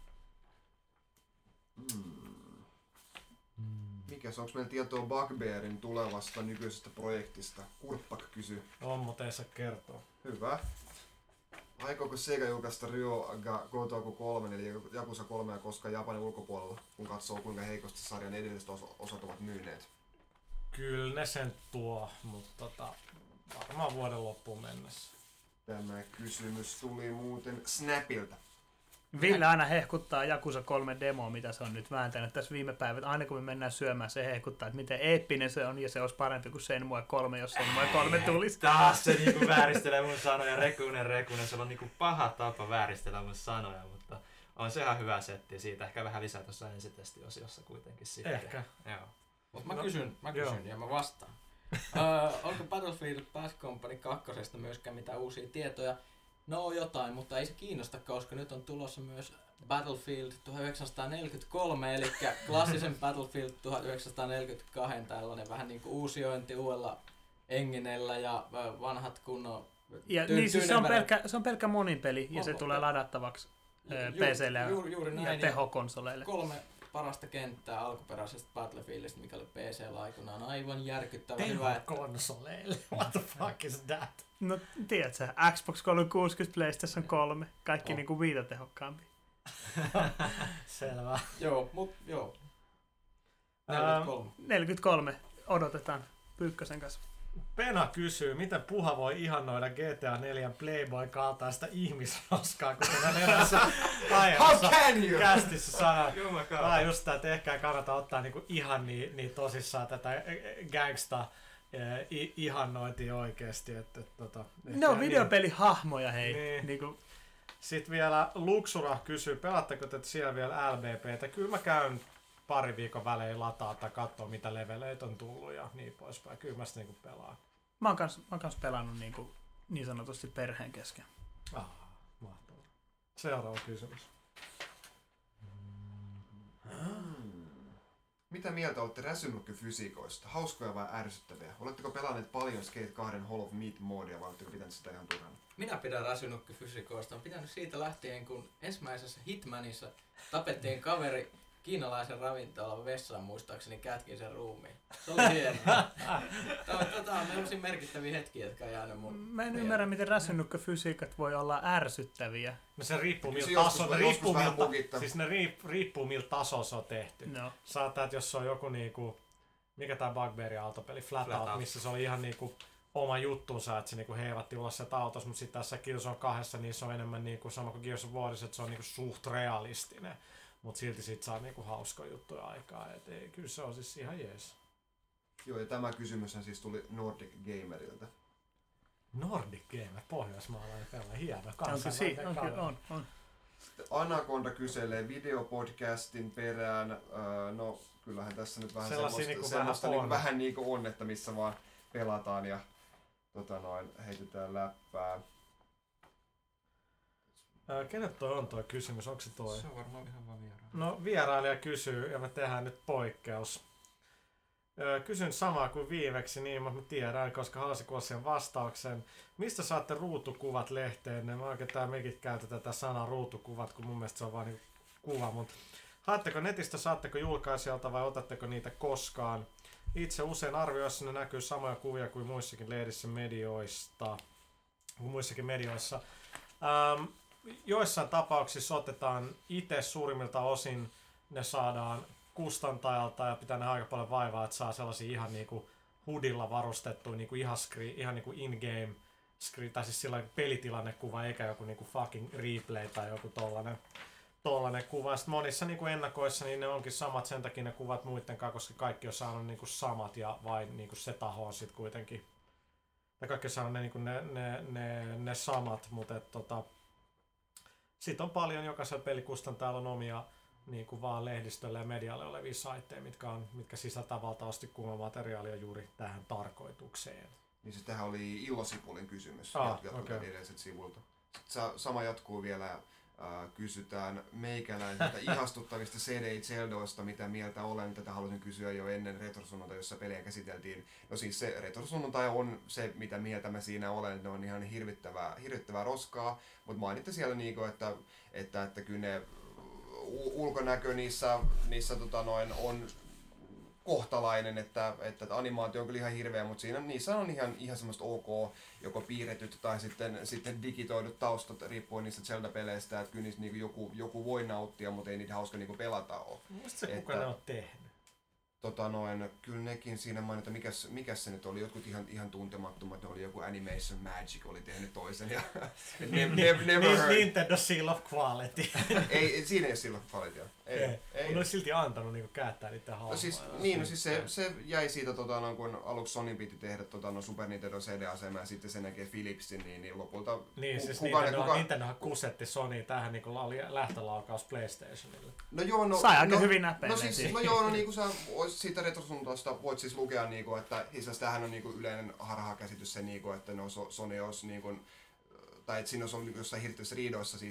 Hmm. Mikäs, onko meillä tietoa Bugbearin tulevasta nykyisestä projektista? Kurppak kysyy. On, mutta ei saa kertoa. Hyvä. Aikooko Sega julkaista Ryo ga Gotoku kolme eli Yakuza kolme koska Japanin ulkopuolella, kun katsoo kuinka heikosti sarjan edelliset os- osat ovat myyneet? Kyllä ne sen tuo, mutta tota, varmaan vuoden loppuun mennessä. Tämä kysymys tuli muuten Snapilta. Ville aina hehkuttaa Yakuza kolme demoa, mitä se on nyt vääntänyt tässä viime päivät. Aina kun me mennään syömään, se hehkuttaa, että miten eeppinen se on ja se olisi parempi kuin Shenmue kolme, jos Shenmue kolme tulisi. Taas se niinku vääristelee mun sanoja, Rekunen, Rekunen, se on niinku paha tapa vääristellä mun sanoja, mutta on se ihan hyvä setti, siitä ehkä vähän lisää tuossa ensitestiosiossa kuitenkin sitten. Ehkä. Joo. Mut mä No, kysyn, mä joo. kysyn ja mä vastaan. öö, onko Battlefield Bad Company kakkosesta myöskään mitään uusia tietoja? No jotain, mutta ei se kiinnosta, koska nyt on tulossa myös Battlefield tuhatyhdeksänsataaneljäkymmentäkolme, eli klassisen Battlefield tuhatyhdeksänsataaneljäkymmentäkaksi tällainen vähän niin kuin uusiointi uudella enginellä ja vanhat kunnon Ja, Ty- niin siis se on, Tyynemeren- pelkkä, se on pelkkä monin peli ja se Onko? tulee ladattavaksi Ju- ää, ju- P C:lle ja, juuri, juuri ja näin, tehokonsoleille. Kolme parasta kenttää alkuperäisestä Battlefieldistä, mikä oli P C:llä aikanaan. Aivan järkyttävän hyvä. Että... Tehokonsoleille. What the fuck is that? No tiedätkö, Xbox kolmesataakuusikymmentä, PlayStation kolme, kaikki Oh. niinku viitatehokkaampi. Selvä. Joo, mut joo. Ähm, neljäkymmentäkolme. neljäkymmentäkolme odotetaan Pyykkösen kanssa. Pena kysyy, miten Puha voi ihannoida G T A neljä Playboy-kaltaista ihmisroskaa, kuten hän erässä aiemmassa can you? kästissä sanoi. Jumakaan. Tämä just tämä, että ehkä ei kannata ottaa niinku ihan niin, niin tosissaan tätä gangsta eh, i- ihannointia oikeasti. Että, että, tota, Ne on ehkä videopelihahmoja, hei. Niin. Niinku, Sitten vielä Luxura kysyy, pelaatteko te siellä vielä L B P:tä? Kyllä mä käyn pari viikon välein lataa tai katsoa mitä leveleitä on tullut ja niin poispäin. Kyllä mä sitä niinku pelaan. mä oon kans, mä oon kans pelannut niinku, niin sanotusti perheen kesken. Ah, mahtavaa. Seuraava kysymys. Mitä mieltä olette räsynokkyfysiikoista? Hauskoja vai ärsyttäviä? Oletteko pelanneet paljon Skate kahden Hall of Meat-moodia vai oletteko pitänyt sitä ihan turhana? Minä pidän räsynokkyfysikoista. Olen pitänyt siitä lähtien, kun ensimmäisessä Hitmanissa tapettiin kaveri kiinalaisen ravintolan vessaan muistaakseni kätkin sen ruumiin. Se oli hienoa. Tämä on, tämä on tämmöisiä merkittäviä hetkiä, jotka on jäänyt mun Mä en mieleen. ymmärrä, miten räsynokkyfysiikat voi olla ärsyttäviä. No se riippuu miltä Se joskus- taso, joskus riippuu vähän miltä, bugittaa. siis ne riip, riippuu miltä tasolla se on tehty. No. Saattaa, että jos se on joku niinku, mikä tää Bugbearin autopeli, Flat, Flat Out, Out. missä se oli ihan niinku oma juttunsa, että se niinku heivatti ulos sieltä autossa, mutta sitten tässä Gears of kahdessa niin se on enemmän niinku sama kuin Gears of Warissa, että se on niinku suht realistinen. Mutta silti siitä saa niinku hauskoja juttuja aikaa, et ei, kyllä se on siis ihan jees. Joo, ja tämä kysymys siis tuli Nordic Gamerilta. Nordic Gamer, pohjoismaalainen pelaaja, hieno On kansainvälinen kyllä, on, kaveri. kyllä, on, on. Anaconda kyselee videopodcastin perään. Öö, no, kyllähän tässä nyt vähän Sellaisia semmoista, niinku semmoista vähän niinku on. vähän niinku on, että missä vaan pelataan ja tota noin, heitetään läppää. Ää, Kenet toi on toi kysymys, onko se toi? Se on varmaan ihan vaan vieraan. No vierailija kysyy ja me tehdään nyt poikkeus. Öö, Kysyn samaa kuin viimeksi, niin mä tiedän, koska haluaisin kuulla sen vastauksen. Mistä saatte ruutukuvat lehteenne? Mä oikein tää mekin käytetään tätä sanaa ruutukuvat, kun mun mielestä se on vaan niin kuva, mutta haetteko netistä, saatteko julkaisijalta vai otatteko niitä koskaan? Itse usein arvioissa ne näkyy samoja kuvia kuin muissakin lehdissä medioista, kuin muissakin medioissa. Ähm, joissain tapauksissa otetaan itse suurimmilta osin, ne saadaan kustantajalta ja pitää ne aika paljon vaivaa, että saa sellaisia ihan niinku hudilla varustettuja niinku ihan, skri, ihan niinku in-game skri, tai siis sillä pelitilannekuva eikä joku niinku fucking replay tai joku tollanen, tollanen kuva. Sitten monissa niinku ennakoissa niin ne onkin samat, sen takia ne kuvat muiden kanssa, koska kaikki on saanut niinku samat ja vain niinku se taho on sitten kuitenkin, ja kaikki on saanut ne, niinku ne, ne, ne, ne samat, mutta et, tota, sitten on paljon, jokaisella pelikustantajalla on omia niin kuin vaan lehdistölle ja medialle olevia saitteja, mitkä, on, mitkä sisältää valtavasti kuvamateriaalia juuri tähän tarkoitukseen. Niin se tähän oli Illosipulin kysymys, Ah, jatkuu okei. okay. edelliset sivulta. Sitten sa- sama jatkuu vielä, äh, kysytään meikäläisiltä ihastuttavista C D Zeldoista, mitä mieltä olen. Tätä halusin kysyä jo ennen Retrosunnuntai, jossa pelejä käsiteltiin. No siis se Retrosunnuntai on se, mitä mieltä mä siinä olen. Ne on ihan hirvittävää, hirvittävää roskaa, mutta mainitte siellä niinku, että, että, että kyllä ne u- ulkonäkö niissä, niissä tota noin, on kohtalainen, että, että animaatio on kyllä ihan hirveä, mutta siinä, niissä on ihan, ihan semmoista ok, joko piirretyt tai sitten, sitten digitoidut taustat riippuen niistä Zelda-peleistä, että kyllä niistä niinku joku, joku voi nauttia, mutta ei niitä hauska niinku pelata ole. Muista se, kuka Että- ne on tehnyt? Tota noin, kyllä nekin siinä mainita, mikäs, mikäs se nyt oli, jotkut ihan, ihan tuntemattomat, ne oli joku Animation Magic oli tehnyt toisen ja ne, ne, never Ni- heard. Nintendo Seal of Quality. Ei, ei, siinä ei ole silloin kvalitia. Ei, ei. ei. Ne olisi silti antanut niinku käyttää niitä hahmoja. No siis, niin, no siis se, se jäi siitä, tota, no, kun aluksi Sony piti tehdä tota, no, Super Nintendo C D-asemaa ja sitten se näkee Philipsin, niin, niin lopulta Niin, ku- siis kukaan, Nintendo, kukaan, Nintendohan kusetti Sony tähän niinku oli lähtölaukaus PlayStationille. no joo, no, Sai aika no, hyvin näpeen No siis, siihen. no joo, no niinku sä voit siitä retrosunnuntaista voit siis lukea niinku, että itse asiassa tämähän on niinku yleinen harhakäsitys se niinku, että no so, Sony olisi niinku, tai että siinä olisi ollut niinku jossain hirveässä riidoissa siis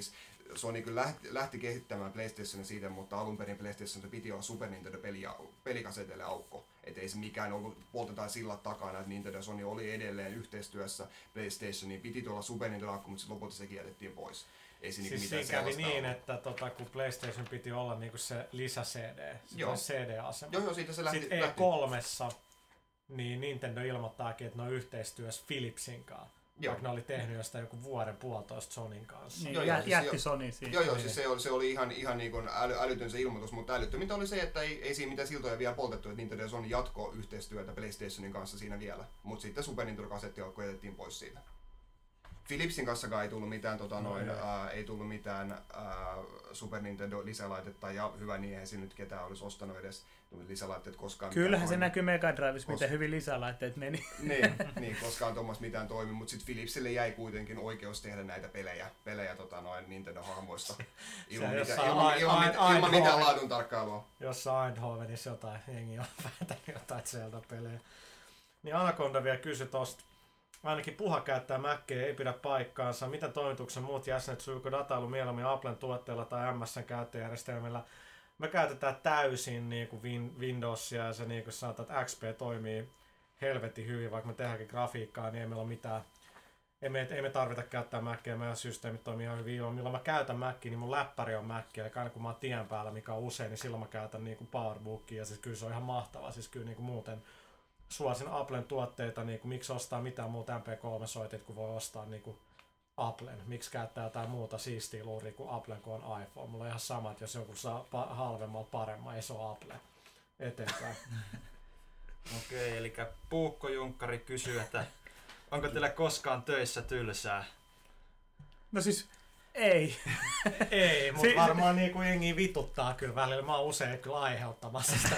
Sony kyllä lähti, lähti kehittämään PlayStationia siitä, mutta alun perin PlayStation piti olla Super Nintendo peli, pelikaseteille aukko. Että ei se mikään ollut poltetaan sillat takana, että Nintendo ja Sony oli edelleen yhteistyössä PlayStationiin. Piti tuolla Super Nintendo aukko, mutta lopulta sekin jätettiin pois. Ei se siis mitään siinä kävi niin, ollut. että tota, kun PlayStation piti olla niinku se lisä-C D, Joo. se C D-asema. Joo, joo, siitä se lähti. Sitten lähti. E kolmessa niin Nintendo ilmoittaakin, että ne on yhteistyössä Philipsin kanssa. Joo. Vaikka ne oli tehnyt jostain joku vuoden puolitoista Sonyn kanssa. Niin, Joo, jä, joo, siis jätti jo- Sony siihen. Joo, joo, siis se oli, se oli ihan, ihan niin kuin äly, älytön se ilmoitus, mutta älyttömintä oli se, että ei, ei siinä mitään siltoja vielä poltettu, että Nintendo ja Sony jatkoi yhteistyötä PlayStationin kanssa siinä vielä. Mutta sitten Super Nintendo-kasettiaukko jätettiin pois siitä. Philipsin kanssakaan ei tullut mitään, tota, noin, No, ää, ei tullut mitään ää, Super Nintendo lisälaitetta, ja hyvä niin, eihän siinä nyt ketään olisi ostanut edes lisälaitteet koskaan. Kyllähän se mitään näkyy Mega Drivessa, miten Kos- hyvin lisälaitteet meni. niin, niin, koskaan tuommoista mitään toimi, mutta sitten Philipsille jäi kuitenkin oikeus tehdä näitä pelejä, pelejä tota, noin Nintendo-hahmoista ilman, Se mitä, jossain ilman, Ai- ilman, Ai- ilman, ilman Ai- mitään laadun tarkkailua. Jossain Eindhovenissa jotain jengi on päätänyt jotain sieltä pelejä. Niin Anaconda vielä kysyi tosta. Ainakin Puha käyttää Mäkkeä, ei pidä paikkaansa. Miten toimituksen muut jäsenet sujuuko datailu mieluummin Applen tuotteella tai M S:n käyttöjärjestelmillä? Me käytetään täysin niin kuin Win- Windowsia ja se niin kuin sanotaan, että X P toimii helvetin hyvin, vaikka me tehdäänkin grafiikkaa, niin ei meillä ole mitään. Ei me, ei me tarvita käyttää Mäkkeä, meidän systeemit toimii ihan hyvin. Ilman, milloin mä käytän Mäkkiä, niin mun läppäri on Mäkkiä, eli aina kun mä oon tien päällä, mikä on usein, niin silloin mä käytän niin kuin PowerBookia, ja siis kyllä se on ihan mahtavaa. Siis kyllä niin kuin muuten suosin Applen tuotteita, niin kuin, miksi ostaa mitään muuta M P kolme -soitit, kun voi ostaa niin kuin Applen. Miksi käyttää jotain muuta siistiä luuria kuin Applen, kun on iPhone. Mulla on ihan sama, että jos joku saa pa- halvemmalla paremman, ei se ole Apple. Eteenpäin. Okei, eli Puukko Junkkari kysyy, että onko teillä koskaan töissä tylsää? No siis, ei. Ei, mutta Si- varmaan niin kuin jengi vituttaa kyllä välillä. Mä oon usein kyllä aiheuttamassa sitä.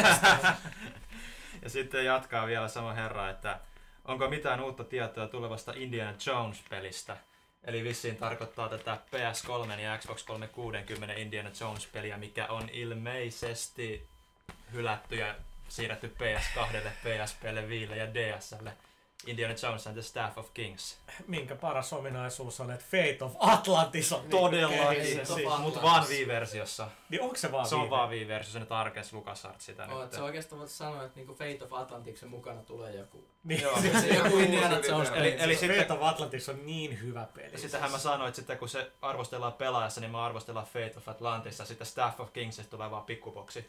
Ja sitten jatkaa vielä sama herra, että onko mitään uutta tietoa tulevasta Indiana Jones-pelistä? Eli vissiin tarkoittaa tätä P S kolme ja Xbox kolmesataakuusikymmentä Indiana Jones-peliä, mikä on ilmeisesti hylätty ja siirretty P S kaksi, P S P:lle, Viille ja D S:lle. Indiana Jones and the Staff of Kings. Minkä paras ominaisuus on, että Fate of Atlantis on Todella, kehitetty. Fate of mutta vaan Wii-versiossa. Niin onko se vaan Se on viime? vaan Wii-versio, se nyt arkes LucasArts sitä Oh, nyt. se oikeastaan voit sanoa, että niinku Fate of Atlanticsen mukana tulee joku. Niin, Joo. siis Se joku Indiana Jones Eli- peli. eli sitten- Fate of Atlantis on niin hyvä peli. Ja sittenhän mä sanoin, että sitten kun se arvostellaan pelaajassa, niin mä arvostellaan Fate of Atlantissa, sitten Staff of Kingsista tulee vaan pikkuboksi.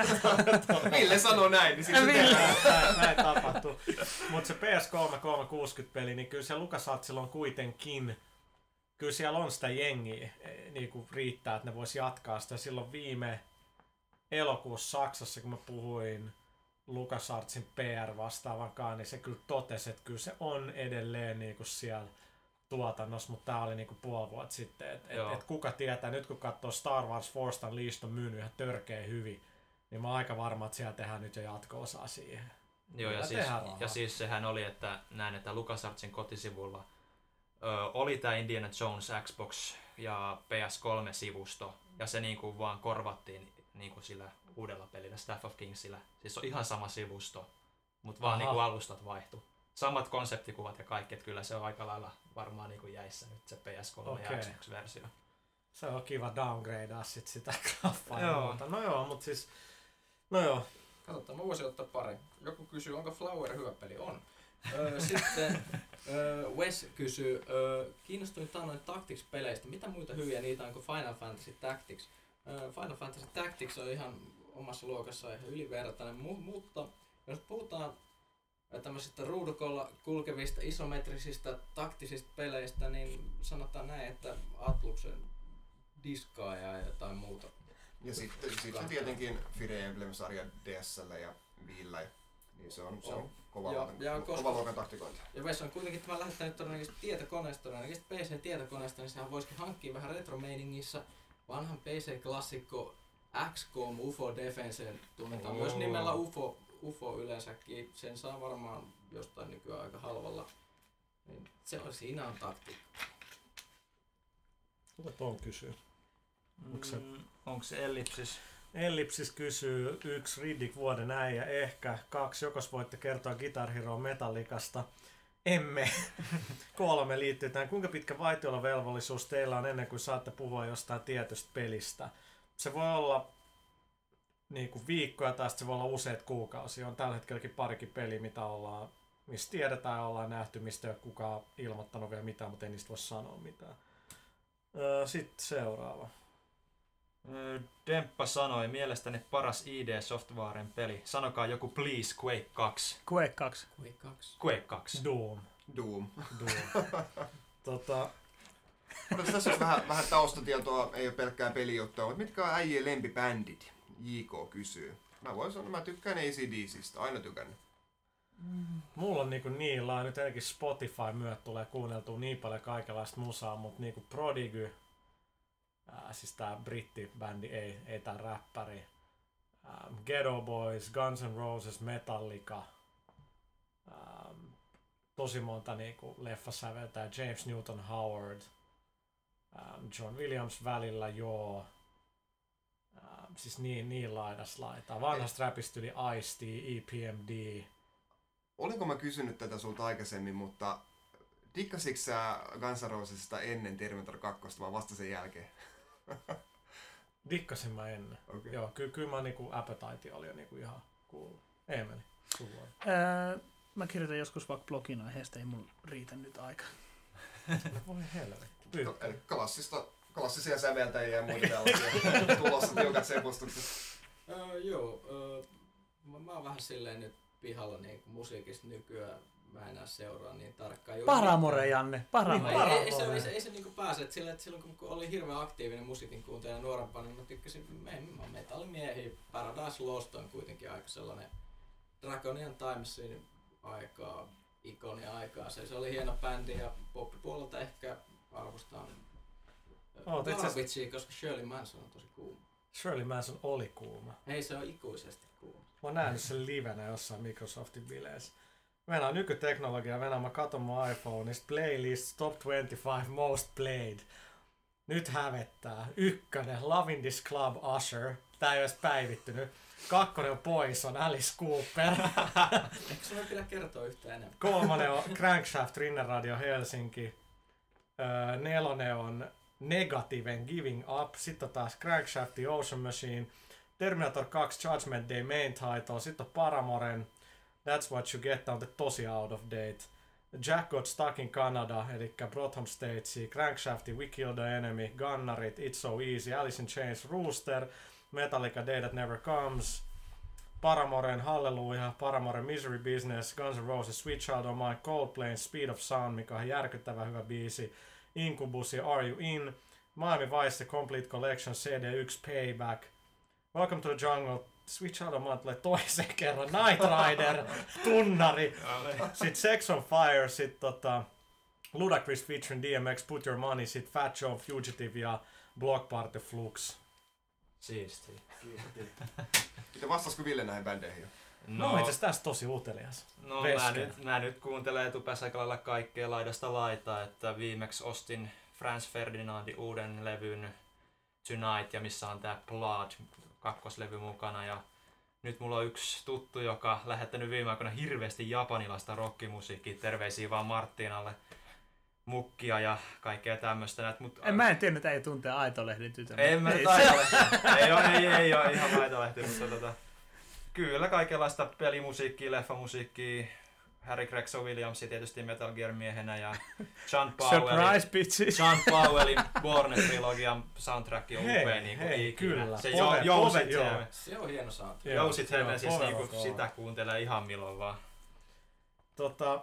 Ville sanoo näin, niin sitten Näin, näin, näin tapahtuu. Mutta se P S kolme kolmesataakuusikymmentä peli, niin kyllä se LucasArtsilla on kuitenkin, kyllä siellä on sitä jengiä, niin kuin riittää, että ne vois jatkaa sitä. Silloin viime elokuussa Saksassa, kun mä puhuin LucasArtsin P R-vastaavankaan, niin se kyllä totesi, että kyllä se on edelleen niin kuin siellä tuotannossa, mutta tää oli niinku puoli vuotta sitten, että et, et kuka tietää, nyt kun katsoo Star Wars Force Unleashed on myynyt ihan törkeä hyvin, niin mä oon aika varma, että siellä tehdään nyt jo jatko-osaa siihen. Joo, ja Kyllä siis, tehdään rahaa. ja siis sehän oli, että näin, että LucasArtsin kotisivulla ö, oli tämä Indiana Jones Xbox ja P S kolme -sivusto, ja se niinku vaan korvattiin niinku sillä uudella pelillä, Staff of Kingsillä. Siis on ihan sama sivusto, mutta vaan Aha. niinku alustat vaihtu. Samat konseptikuvat ja kaikki, että kyllä se on aika lailla varmaan niinku jäissä nyt se P S kolme Okei. ja Xbox-versio. Se on kiva downgradea sit sitä graffaa ja Joo. muuta. No joo, mut siis, no joo. Katsotaan, mä voisin ottaa pari. Joku kysyy, onko Flower hyvä peli? On. Öö, sitten öö, Wes kysyy, öö, kiinnostuin taannoin Tactics-peleistä. Mitä muita hyviä niitä on kuin Final Fantasy Tactics? Öö, Final Fantasy Tactics on ihan omassa luokassaan ihan ylivertainen, mu- mutta jos puhutaan tämmöisistä ruudukolla kulkevista isometrisistä taktisista peleistä, niin sanotaan näin, että Atluxen diskaa ja jotain muuta. Ja sitten, sitten tietenkin Fire Emblem-sarja D S:llä ja Viillä. Niin se on, se on kova, Ja- luokan, ja koska- kova luokan taktikointi. Ja Wes on kuitenkin tämä lähettänyt todennäköisesti tietokoneesta, todennäköisesti P C-tietokoneesta, niin sehän voisikin hankkia vähän retromeiningissä vanhan P C-klassikko X COM U F O Defense, tunnetaan Oo. myös nimellä U F O, U F O yleensäkin. Sen saa varmaan jostain nykyään aika halvalla. Niin se on, siinä on taktiikka. Kuka tuon kysyy? Onko se- Mm, onko se Ellipsis? Ellipsis kysyy, yksi Riddick vuoden äijä, ehkä kaksi, jokos voitte kertoa Guitar Hero Metallicasta. emme. Kolme liittyy tähän. Kuinka pitkä vaitiolovelvollisuus teillä on ennen kuin saatte puhua jostain tietystä pelistä? Se voi olla niin kuin viikkoja tai se voi olla useat kuukausia. On tällä hetkelläkin parikin peliä, mitä ollaan, mistä tiedetään ja ollaan nähty, mistä ei ole kukaan ilmoittanut vielä mitään, mutta ei niistä voi sanoa mitään. Sitten seuraava. Demppa sanoi, mielestäni paras I D Softwaren peli. Sanokaa joku please, Quake kaksi. Quake kaksi. Quake kaksi. Quake kaksi. Doom. Doom. Doom. tota, Odotas, tässä olisi vähän, vähän taustatietoa, ei ole pelkkää pelijuttua, mutta mitkä on äijien lempibändit? J K kysyy. Mä voin sanoa, mä tykkään A C D C:stä, aina tykännyt. mulla on niinku niillä, nyt ainakin Spotify myötä tulee kuunneltua niin paljon kaikenlaista musaa, mutta niinku Prodigy, ää, siis tää brittibändi, ei, ei tää räppäri, ää, Ghetto Boys, Guns N' Roses, Metallica, ää, tosi monta niinku leffasäveltäjä, James Newton Howard, ää, John Williams välillä, joo. Ää, siis niin, niin laidas laitaa. Vanhasta räpistä yli Ice-T, E P M D. Olinko mä kysynyt tätä sulta aikaisemmin, mutta dikkasitko sä Guns N' Rosesista ennen Terminator kaksi vai vasta sen jälkeen? Dikkasin mä ennen. Okay. Joo, kyllä, kyllä mä niinku Appetite oli jo niinku ihan cool. Eemeli, sulla on. Öö, mä kirjoitan joskus vaikka blogin aiheesta, ei mulla riitä nyt aika. Voi helvetti. Eli klassista, klassisia säveltäjiä ja muita tällaisia tulossa tiukat sepustukset. Öö, joo, öö, mä, mä oon vähän silleen nyt pihalla niin musiikista nykyään. Mä en enää seuraa niin tarkkaan. Paramore, Janne, Paramore. Ei, ei, ei, se, ei, se, ei se niinku pääse, että sillä, että silloin kun, kun oli hirveän aktiivinen musiikin kuuntelija nuorempana, niin mä tykkäsin me, mä metallimiehiä. Paradise Lost on kuitenkin aika sellainen Draconian Timesin aikaa, ikonia aikaa. Se, se oli hieno bändi ja poppipuolelta ehkä arvostan Oot itse asiassa- Garbagea, koska Shirley Manson on tosi kuuma. Shirley Manson oli kuuma. Ei se on ikuisesti kuuma. Mä oon nähnyt sen livenä jossain Microsoftin bileissä. Venään nykyteknologia, venään mä katon mun iPhoneista, playlist Top kaksikymmentäviisi Most Played. Nyt hävettää. Ykkönen, Lovin' This Club Usher. Tää ei ole edes päivittynyt. Kakkonen on Poison, Alice Cooper. Eikö sun ei pidä kertoa yhtään enemmän? Kolmonen on Crankshaft, Rinne Radio Helsinki. Öö, nelonen on Negativen Giving Up. Sitten on taas Crankshaft, The Ocean Machine. Terminator kaksi Judgment Day Main Title. Sitten on Paramoren That's What You Get on tosi out of date. Jack Got Stuck in Canada, eli Brotham Statesi, Crankshaft, We Kill the Enemy, Gunnarit, It's So Easy, Alice in Chains, Rooster, Metallica, Day That Never Comes, Paramoren Hallelujah, Paramoren Misery Business, Guns N' Roses, Sweet Child O' Mine, Coldplay, Speed of Sound, mikä on järkyttävä hyvä biisi, Incubus ja Are You In, Miami Vice, The Complete Collection, C D yksi, Payback, Welcome to the Jungle, Sweet Child O' Mine tulee toisen kerran, Night Rider, Tunnari, sitten Sex on Fire, sitten tota, Ludacris featuring D M X, Put Your Money, sitten Fat Joe, Fugitive ja Block Party Flux. Siistiä. Miten vastasko Ville näihin bändeihin? No, no itse asiassa tästä tosi utelias. No Veske. mä nyt, mä nyt kuuntelen etupäässä aika lailla kaikkea laidasta laitaa, että viimeksi ostin Franz Ferdinandin uuden levyn Tonight, ja missä on tää Blood kakkoslevy mukana, ja nyt mulla on yksi tuttu, joka on lähettänyt viime aikoina hirveästi japanilaista rockimusiikkia, terveisiä vaan Marttinalle, mukkia ja kaikkea tämmöstä. Mut, En, mä en tiennyt, että ei tuntea Aitolehden tytön. en mä nyt Aitolehti. ei, ole, ei, ei ole ihan Aitolehti, mutta tota, kyllä kaikenlaista pelimusiikkia, leffamusiikkia, Harry Gregson Williamsia tietysti Metal Gear miehenä ja John Powellin, Surprise, bitches! John Powellin Borne-trilogian soundtrack on Hei, upea niinku hei, ikinä. kyllä. Se Pove- jo, jousit pove- joo. Heaven. Se on hieno sound. Joo, Jousit Heaven, joo, siis Pove niinku rock on. sitä kuuntelee ihan milloin vaan. Tota,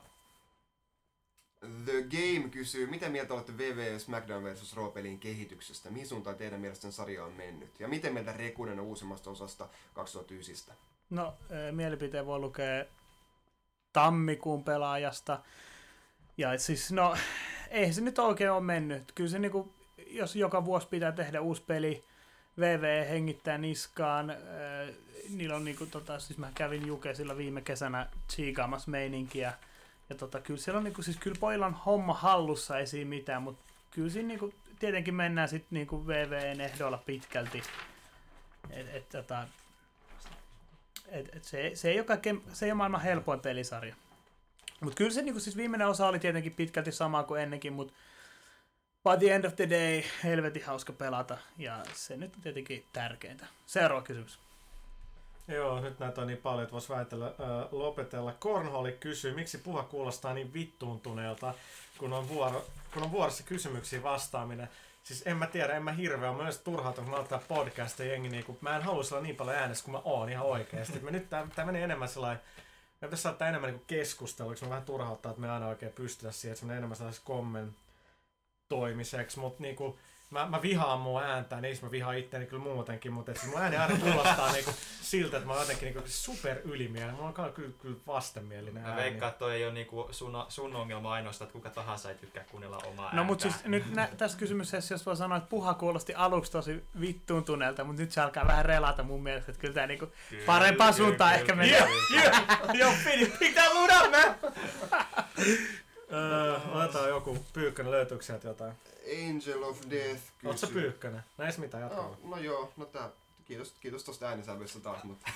The Game kysyy, mitä mieltä olette W W E SmackDown versus Raw-pelin kehityksestä? Mihin suuntaan teidän mielestä sarja on mennyt? Ja miten meiltä Rekunen on uusimmasta osasta kaksituhattayhdeksän? No, eh, mielipiteen voi lukea tammikuun pelaajasta. Ja siis, no, eihän se nyt oikein ole mennyt. Kyllä se niinku, jos joka vuosi pitää tehdä uusi peli, W W E hengittää niskaan. Äh, niillä on niinku, tota, siis mä kävin Jukesilla viime kesänä tsiigaamassa meininkiä. Ja tota, kyllä siellä on niinku, siis kyllä pojilla on homma hallussa, ei siinä mitään, mutta kyllä siinä niinku, tietenkin mennään sitten niinku W W E:n ehdoilla pitkälti. Et, et, tota, et, et se, se, ei ole kaikkein, se ei ole maailman helpoin pelisarja. Mutta kyllä se niinku, siis viimeinen osa oli tietenkin pitkälti sama kuin ennenkin, mutta by the end of the day, helvetin hauska pelata, ja se nyt on tietenkin tärkeintä. Seuraava kysymys. Joo, nyt näitä on niin paljon, että voisi väitellä, äh, lopetella. Cornholli kysyy, miksi puha kuulostaa niin vittuuntuneelta, kun on, vuoro, kun on vuorossa kysymyksiin vastaaminen. Siis en mä tiedä, en mä hirveä, on myös turhauta, kun mä otan podcasta ja jengi niinku, mä en halua olla niin paljon äänessä kuin mä oon ihan oikeesti. Me nyt tää, tää menee enemmän sellainen, me pitäisi saada enemmän niinku keskustelua, koska mä vähän turhauttaa, että me aina oikein pystytä siihen, että se menee enemmän sellaiseksi kommentoimiseksi, mutta niinku, Mä, mä vihaan mun ääntä, niin mä vihaan itteeni kyllä muutenkin, mutta et mun ääni aina kuulostaa niinku siltä, että mä oon jotenkin niinku super ylimielinen. Mulla on kyllä, kyllä vastenmielinen ääni. Mä veikkaan, että toi ei ole niinku sun, sun ongelma ainoastaan, että kuka tahansa ei tykkää kuunnella omaa No ääntä. mut siis nyt nä, tässä kysymyksessä, jos voi sanoa, että puha kuulosti aluksi tosi vittuuntuneelta, mutta nyt se alkaa vähän relata mun mielestä, että kyllä tää niinku Kyllä, parempaan kyllä, suuntaan kyllä, ehkä kyllä. menee. Joo, pidi, pitää luuda mä! Öö, otetaan joku Pyykkönen, löytyykö sieltä jotain? Angel of Death kysyy. Oot sä Pyykkönen? No ees mitään, jatkaa. No, no joo, no tää, kiitos, kiitos tosta äänisävystä taas, mutta...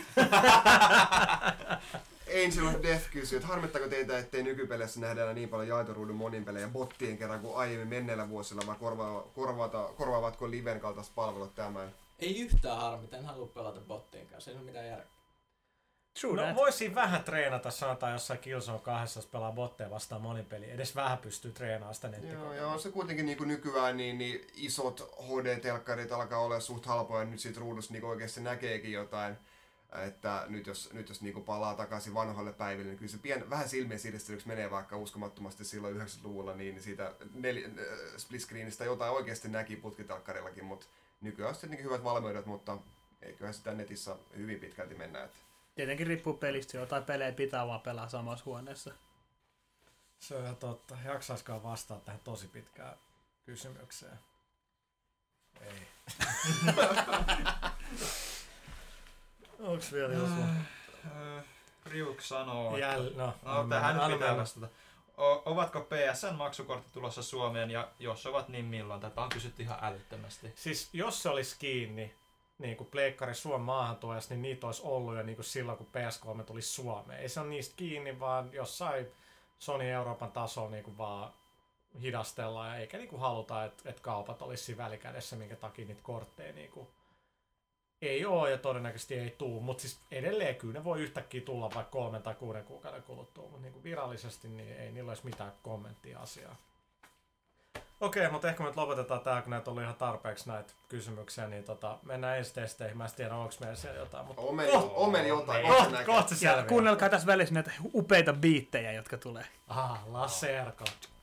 Angel of Death kysyy, että harmittaako teitä, ettei nykypeleissä nähdä enää niin paljon jaetoruudun monin pelejä bottien kerran kuin aiemmin menneillä vuosilla, vai korvaa, korvaata, korvaavatko Liven kaltaiset palvelut tämän? Ei yhtään harmita, en halua pelata bottien kanssa, ei ole mitään järkeä. True No that. voisin vähän treenata, sanotaan jossain Killzone kahdessa, jos pelaa botteja vastaan monin peliä. Edes vähän pystyy treenaamaan sitä Joo, nettikokeilua. ja on se kuitenkin niin kuin nykyään niin, niin isot H D-telkkarit alkaa olla suht halpoja, ja nyt siitä ruudusta niin oikeasti näkeekin jotain. Että nyt jos, nyt jos niin palaa takaisin vanhoille päiville, niin kyllä se pien, vähän silmien siristelyksi menee vaikka uskomattomasti silloin yhdeksänkymmentäluvulla, niin siitä nel, äh, split screenistä jotain oikeasti näki putkitelkkarillakin, mutta nykyään on sitten hyvät valmiudet, mutta eiköhän sitä netissä hyvin pitkälti mennä. Että Tietenkin riippuu pelistä, jotain pelejä pitää vaan pelaa samassa huoneessa. Se on ihan totta. Jaksaiskaan vastaa tähän tosi pitkään kysymykseen? Ei. Onks vielä jos vaan? Ryuk sanoo, Jäl... No, no, no, tähän anna nyt pitää mennä. vastata. O- ovatko P S N-maksukortit tulossa Suomeen ja jos ovat, niin milloin? Tätä on kysytty ihan älyttömästi. Siis jos se olisi kiinni, niin kuin Pleikkari Suomen maahantuojassa, niin niitä olisi ollut jo niin kuin silloin, kun P S kolme tuli Suomeen. Ei se ole niistä kiinni, vaan jossain Sony Euroopan tasolla niin kuin vaan hidastellaan, eikä niin kuin haluta, että, että kaupat olisi siinä välikädessä, minkä takia niitä kortteja niin kuin ei ole ja todennäköisesti ei tule, mutta siis edelleen kyllä ne voi yhtäkkiä tulla vaikka kolmen tai kuuden kuukauden kuluttua, mutta niin kuin virallisesti niin ei niillä olisi mitään kommenttia asiaa. Okei, mutta ehkä me nyt lopetetaan tää, kun näitä oli ihan tarpeeksi näitä kysymyksiä, niin tota, mennään ensi testeihin. Mä en tiedä, onko meillä siellä jotain, mutta on meillä, on meillä jotain, kohta kohta, näkee. kohta se Ja selviää. kuunnelkaa tässä välissä näitä upeita biittejä, jotka tulee. Aha, Laserko.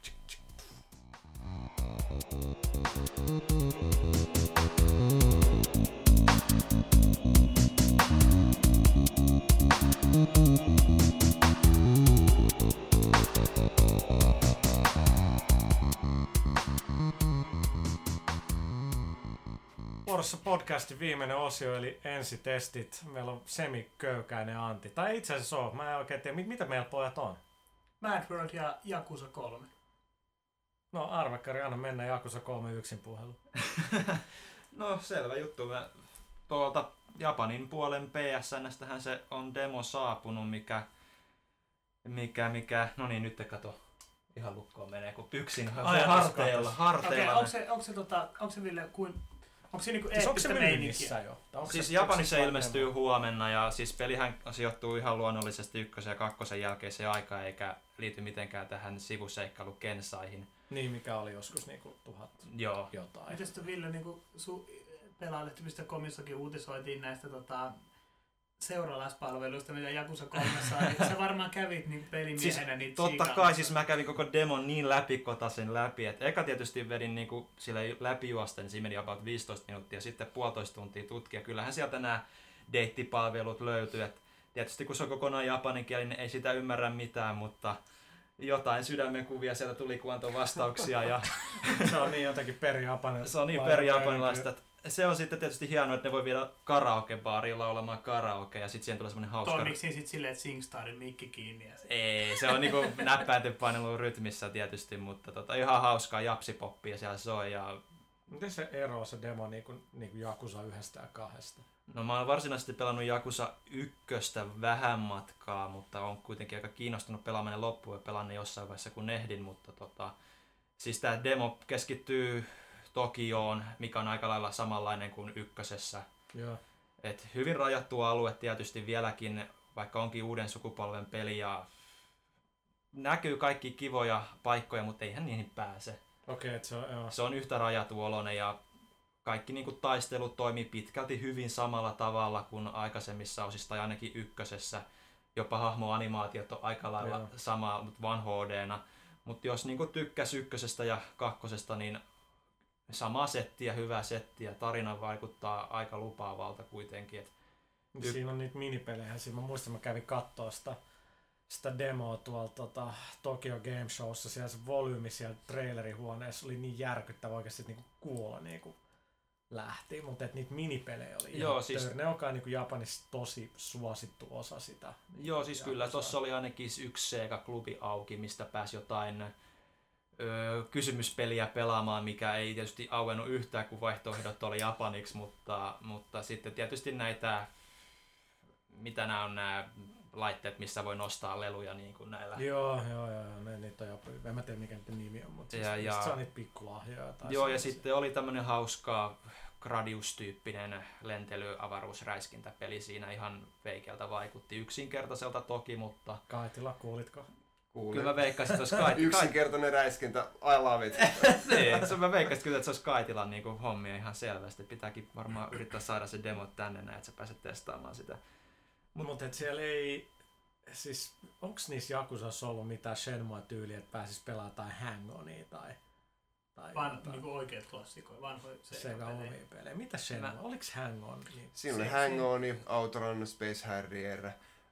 Vuorossa podcastin viimeinen osio, eli ensitestit. Meillä on Semi, Köykäinen, Antti. Tai itse asiassa on, mä en oikein tiedä, mit- mitä meillä pojat on. Mad World ja Yakuza kolme. No arvakkari, anna mennä Yakuza kolme yksin puhelu. No selvä juttu. Mä tuolta Japanin puolen P S N:stähän se on demo saapunut, mikä, mikä, mikä, no niin nyt kato. Ihan lukkoon menee, kun yksin Ajatus harteilla, katos. harteilla. Okei, onko se, onko se, tota, onko se Ville kuin... Onko se niinku Siis onko se eeppistä myynnissä meininkiä? jo? Tai onko Siis se- Japanissa onko se ilmestyy demo? huomenna ja siis pelihän sijoittuu ihan luonnollisesti ykkösen ja kakkosen jälkeiseen aikaan eikä liity mitenkään tähän sivuseikkailu Kensaihin. Niin, mikä oli joskus niinku tuhat Joo. jotain. Miten sitten Ville niinku su, pelaajalehti piste comissakin uutisoitiin näistä tota, seuralaispalveluista, mitä Yakuza kolme saa, niin sä varmaan kävit niinku pelimiehenä Siis, niitä totta tsiikaamassa. kai, siis mä kävin koko demon niin läpikotaisen läpi, että eka tietysti vedin niinku sille läpijuosten, siinä meni about viisitoista minuuttia, sitten puolitoista tuntia tutkia. Kyllähän sieltä nämä deittipalvelut löytyy, että tietysti kun se on kokonaan japaninkielinen, ei sitä ymmärrä mitään, mutta jotain sydämenkuvia sieltä tuli, kun antoi vastauksia ja Se on niin jotenkin perjapanilaista. se on niin perjapanilaista, että se on sitten tietysti hienoa, että ne voi viedä karaokebaariin laulamaan karaoke ja sitten siihen tulee semmoinen hauska... Toimiksi sitten silleen, että Singstarin mikki kiinni ja se. Ei, se on niinku näppäinten painelun rytmissä tietysti, mutta tota, ihan hauskaa japsipoppia siellä soi ja Miten se ero se demo niinku, niinku Yakuza yhdestä ja kahdesta? No mä oon varsinaisesti pelannut Yakuza ykköstä vähän matkaa, mutta on kuitenkin aika kiinnostunut pelaamaan loppuun ja pelannut jossain vaiheessa kun ehdin, mutta tota, siis tää demo keskittyy Tokioon, mikä on aika lailla samanlainen kuin ykkösessä. Joo. Et hyvin rajattu alue tietysti vieläkin, vaikka onkin uuden sukupolven peli ja näkyy kaikki kivoja paikkoja, mutta eihän niihin pääse. Okei, okay, se on, joo. Se on yhtä rajattu oloinen ja kaikki niinku taistelut toimii pitkälti hyvin samalla tavalla kuin aikaisemmissa osissa tai ainakin ykkösessä. Jopa hahmoanimaatiot on aika lailla Joo. sama, mutta vaan H D:nä. Mutta jos niinku tykkäs ykkösestä ja kakkosesta, niin sama settiä, hyvä settiä. Tarina vaikuttaa aika lupaavalta kuitenkin. Et Tyk- Siinä on niitä minipelejä. Siinä mä muistan, mä kävin kattoo sitä, sitä demoa tuolla tota, Tokyo Game Showssa. Siellä se volyymi siellä trailerihuoneessa oli niin järkyttävä oikeasti, että niinku kuulla niinku lähti. Mutta niitä minipelejä oli Joo, ihan siis- tör- Ne on kai niinku Japanissa tosi suosittu osa sitä. Joo, siis kyllä Jakuzaa. tuossa oli ainakin yksi Sega-klubi auki, mistä pääsi jotain öö, kysymyspeliä pelaamaan, mikä ei tietysti auennut yhtään, kun vaihtoehdot oli japaniksi, mutta, mutta sitten tietysti näitä, mitä nämä on nämä laitteet, missä voi nostaa leluja niin kuin näillä. Joo, joo, joo. Ne, niitä on jopa, en mä tiedä mikä niiden nimi on, mutta siis, Ja- ja- se on niitä pikkulahjoja. Tai Joo, ja sellaisia. sitten oli tämmöinen hauska Gradius-tyyppinen lentely-avaruusräiskintäpeli siinä ihan veikeltä vaikutti. Yksinkertaiselta toki, mutta Kaitila, kuulitko? Kuulin. kyllä mä veikkasin, että se olisi Kait- Kait- Yksinkertainen räiskintä, I love it. niin, se mä veikkasin kyllä, että se olisi Kaitilan niin kuin hommia ihan selvästi. Pitääkin varmaan yrittää saada se demo tänne näin, että sä pääset testaamaan sitä. Mutta Mut et siellä ei, siis onks niissä Jakuzassa ollut mitään Shenmue-tyyliä, että pääsis pelaamaan tai Hang-Onia tai, tai Vaan jotain niinku oikeat klassikoja, vanhoja Sega omia pelejä. Mitä Shenmue? Oliks Hang-On? Niin, Siinä oli Se- Hang-On, Outrun, Space Harrier.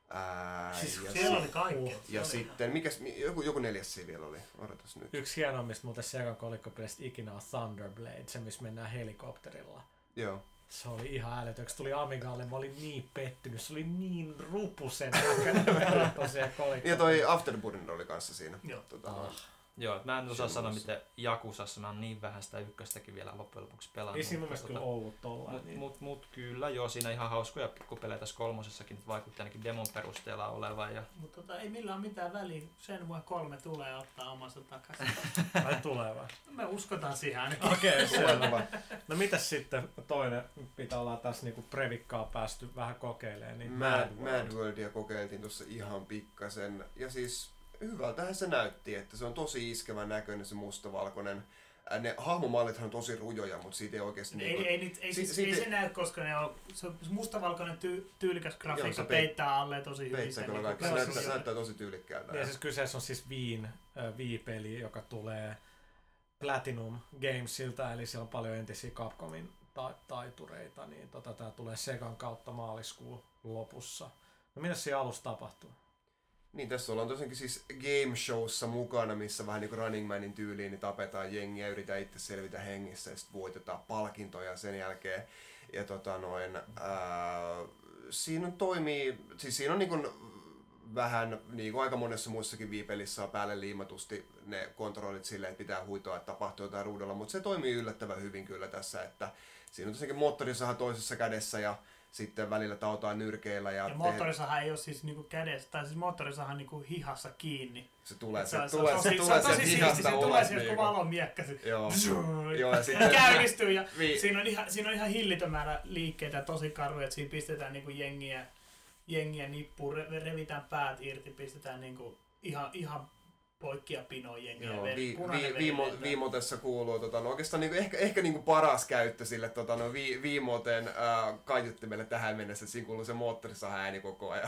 Ää, Siis ja Siellä sit- oli kaikkea. ja sitten, mikäs, mi- joku, joku neljäs siinä vielä oli, odotas nyt. Yksi hienoimmista muuten Segan kolikkopelistä ikinä on Thunderblade, se missä mennään helikopterilla. Joo. Se oli ihan älytön. Kun tuli Amigalle, mä olin niin pettynyt. Se oli niin rupusen näköinen verrattuna siihen kolikkoon. Ja toi Afterburner oli kanssa siinä. Joo. Tota, Ah. Joo, mä en osaa Siinä sanoa, on miten Jakuzassa mä oon niin vähän sitä ykköstäkin vielä loppujen lopuksi pelannut. Ei siinä mun mutta mielestä kyllä ollut tollain. Mut, Niin. mut, mut kyllä, joo, siinä ihan hauskoja pikkupelejä tässä kolmosessakin nyt vaikutti ainakin demon perusteella olevan. Ja... Mutta tota, ei millään mitään väliä. Shenmue kolme tulee ottaa omansa takaisin. Ai tulee vai? Me uskotaan siihen ainakin. Okei, selvä. Selvä. No mitäs sitten toinen, mitä ollaan tässä niinku Previkkaa päästy vähän kokeilemaan, niin Mad, Mad Worldia kokeiltiin tuossa ihan pikkasen. Ja siis hyvältähän se näytti, että se on tosi iskevän näköinen se mustavalkoinen. Ää, Ne hahmomallithan on tosi rujoja, mutta siitä ei oikeasti... Ei, niinku- ei, ei, ei, Sit- siis, sit- ei se näy, koska ne on, se on mustavalkoinen ty, tyylikäs grafiikka Joo, se peit- peittää alle tosi hyvin. Peittää sen kyllä niinku kaikki. Se Joo, näyttää, siis- se näyttää tosi tyylikkäältä. Ja siis kyseessä on siis Viin, äh, Wii-peli, joka tulee Platinum Gamesilta, eli siellä on paljon entisiä Capcomin ta- taitureita, niin tota, tää tulee Segan kautta maaliskuun lopussa. No mitä siinä alussa tapahtuu? Niin, tässä ollaan tosiaankin siis game showssa mukana, missä vähän niin kuin Running Manin tyyliin, niin tapetaan jengiä, yritetään itse selvitä hengissä ja sitten voitetaan palkintoja sen jälkeen. Ja tota noin, ää, siinä on toimii, siis siinä on niin kuin vähän, niin kuin aika monessa muissakin Wii-pelissä on päälle liimatusti ne kontrollit silleen, että pitää huitoa, että tapahtuu jotain ruudulla, mutta se toimii yllättävän hyvin kyllä tässä, että siinä on tosiaankin moottorisaha toisessa kädessä ja sitten välillä tautaan nyrkeillä ja, Ja moottorisahan ei ole siis niinku kädessä, tai siis moottorisahan niinku hihassa kiinni. se tulee, Et se, on tulee, tosi, se tulee on tosi sieltä siisti, hihasta se tulee ulos. sieltä Niin kun valonmiekkä. Se Joo. bzzz, Joo, ja sitten- käynnistyy ja Vi- siinä on, ihan, siinä on ihan hillitön määrä liikkeitä tosi karuja, että siinä pistetään niinku jengiä, jengiä nippuun, re, revitään päät irti, pistetään niinku ihan, ihan poikkia pinoon jengiä. Joo, veri- vi, punainen vi, veri viimo, lentää. viimotessa kuuluu tota, no oikeastaan niinku ehkä, ehkä niinku paras käyttö sille tota, no, vi, viimoten äh, kaiuttimelle tähän mennessä, että siinä kuuluu se moottorisaha ääni koko ajan.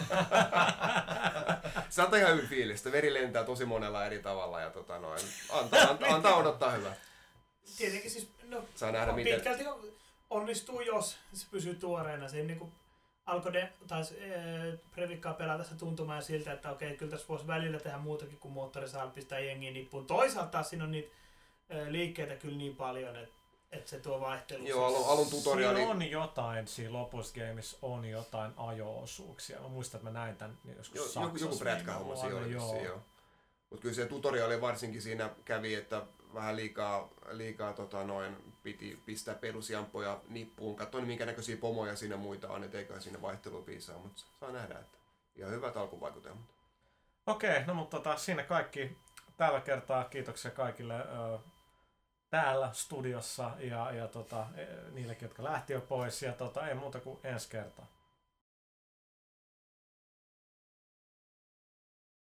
Se antaa ihan hyvin fiilistä. Veri lentää tosi monella eri tavalla ja tota, noin, antaa, antaa, antaa odottaa hyvää. Tietenkin siis, no, Saa nähdä, on miten- pitkälti onnistuu, jos se pysyy tuoreena. Siinä niinku alkoi de, taas ee, Previkkaa pelata se tuntumaan siltä, että okei, kyllä tässä voisi välillä tehdä muutakin kuin moottorisahan pistää jengiä nippuun. Toisaalta taas siinä on niitä ee, liikkeitä kyllä niin paljon, että et se tuo vaihtelu. Joo, alun, alun tutoriali. Siinä on jotain, siinä lopussa gameissa on jotain ajo-osuuksia. Mä muistan, että mä näin tän joskus Jo, joku, joku Saksassa. prätkähomma siinä oli joo. vissiin, joo. Mutta kyllä se tutoriaali varsinkin siinä kävi, että vähän liikaa, liikaa tota noin, piti pistää perusjamppoja nippuun. Katsoin minkä näköisiä pomoja siinä muita on, et eikä siinä vaihtelua piisaa, mutta saa nähdä, että ihan hyvät alkuvaikutelmat. Okei, no mutta tota, siinä kaikki tällä kertaa. Kiitoksia kaikille ö, täällä studiossa ja, ja tota, niillekin, jotka lähti jo pois. Ja tota, ei muuta kuin ensi kertaa.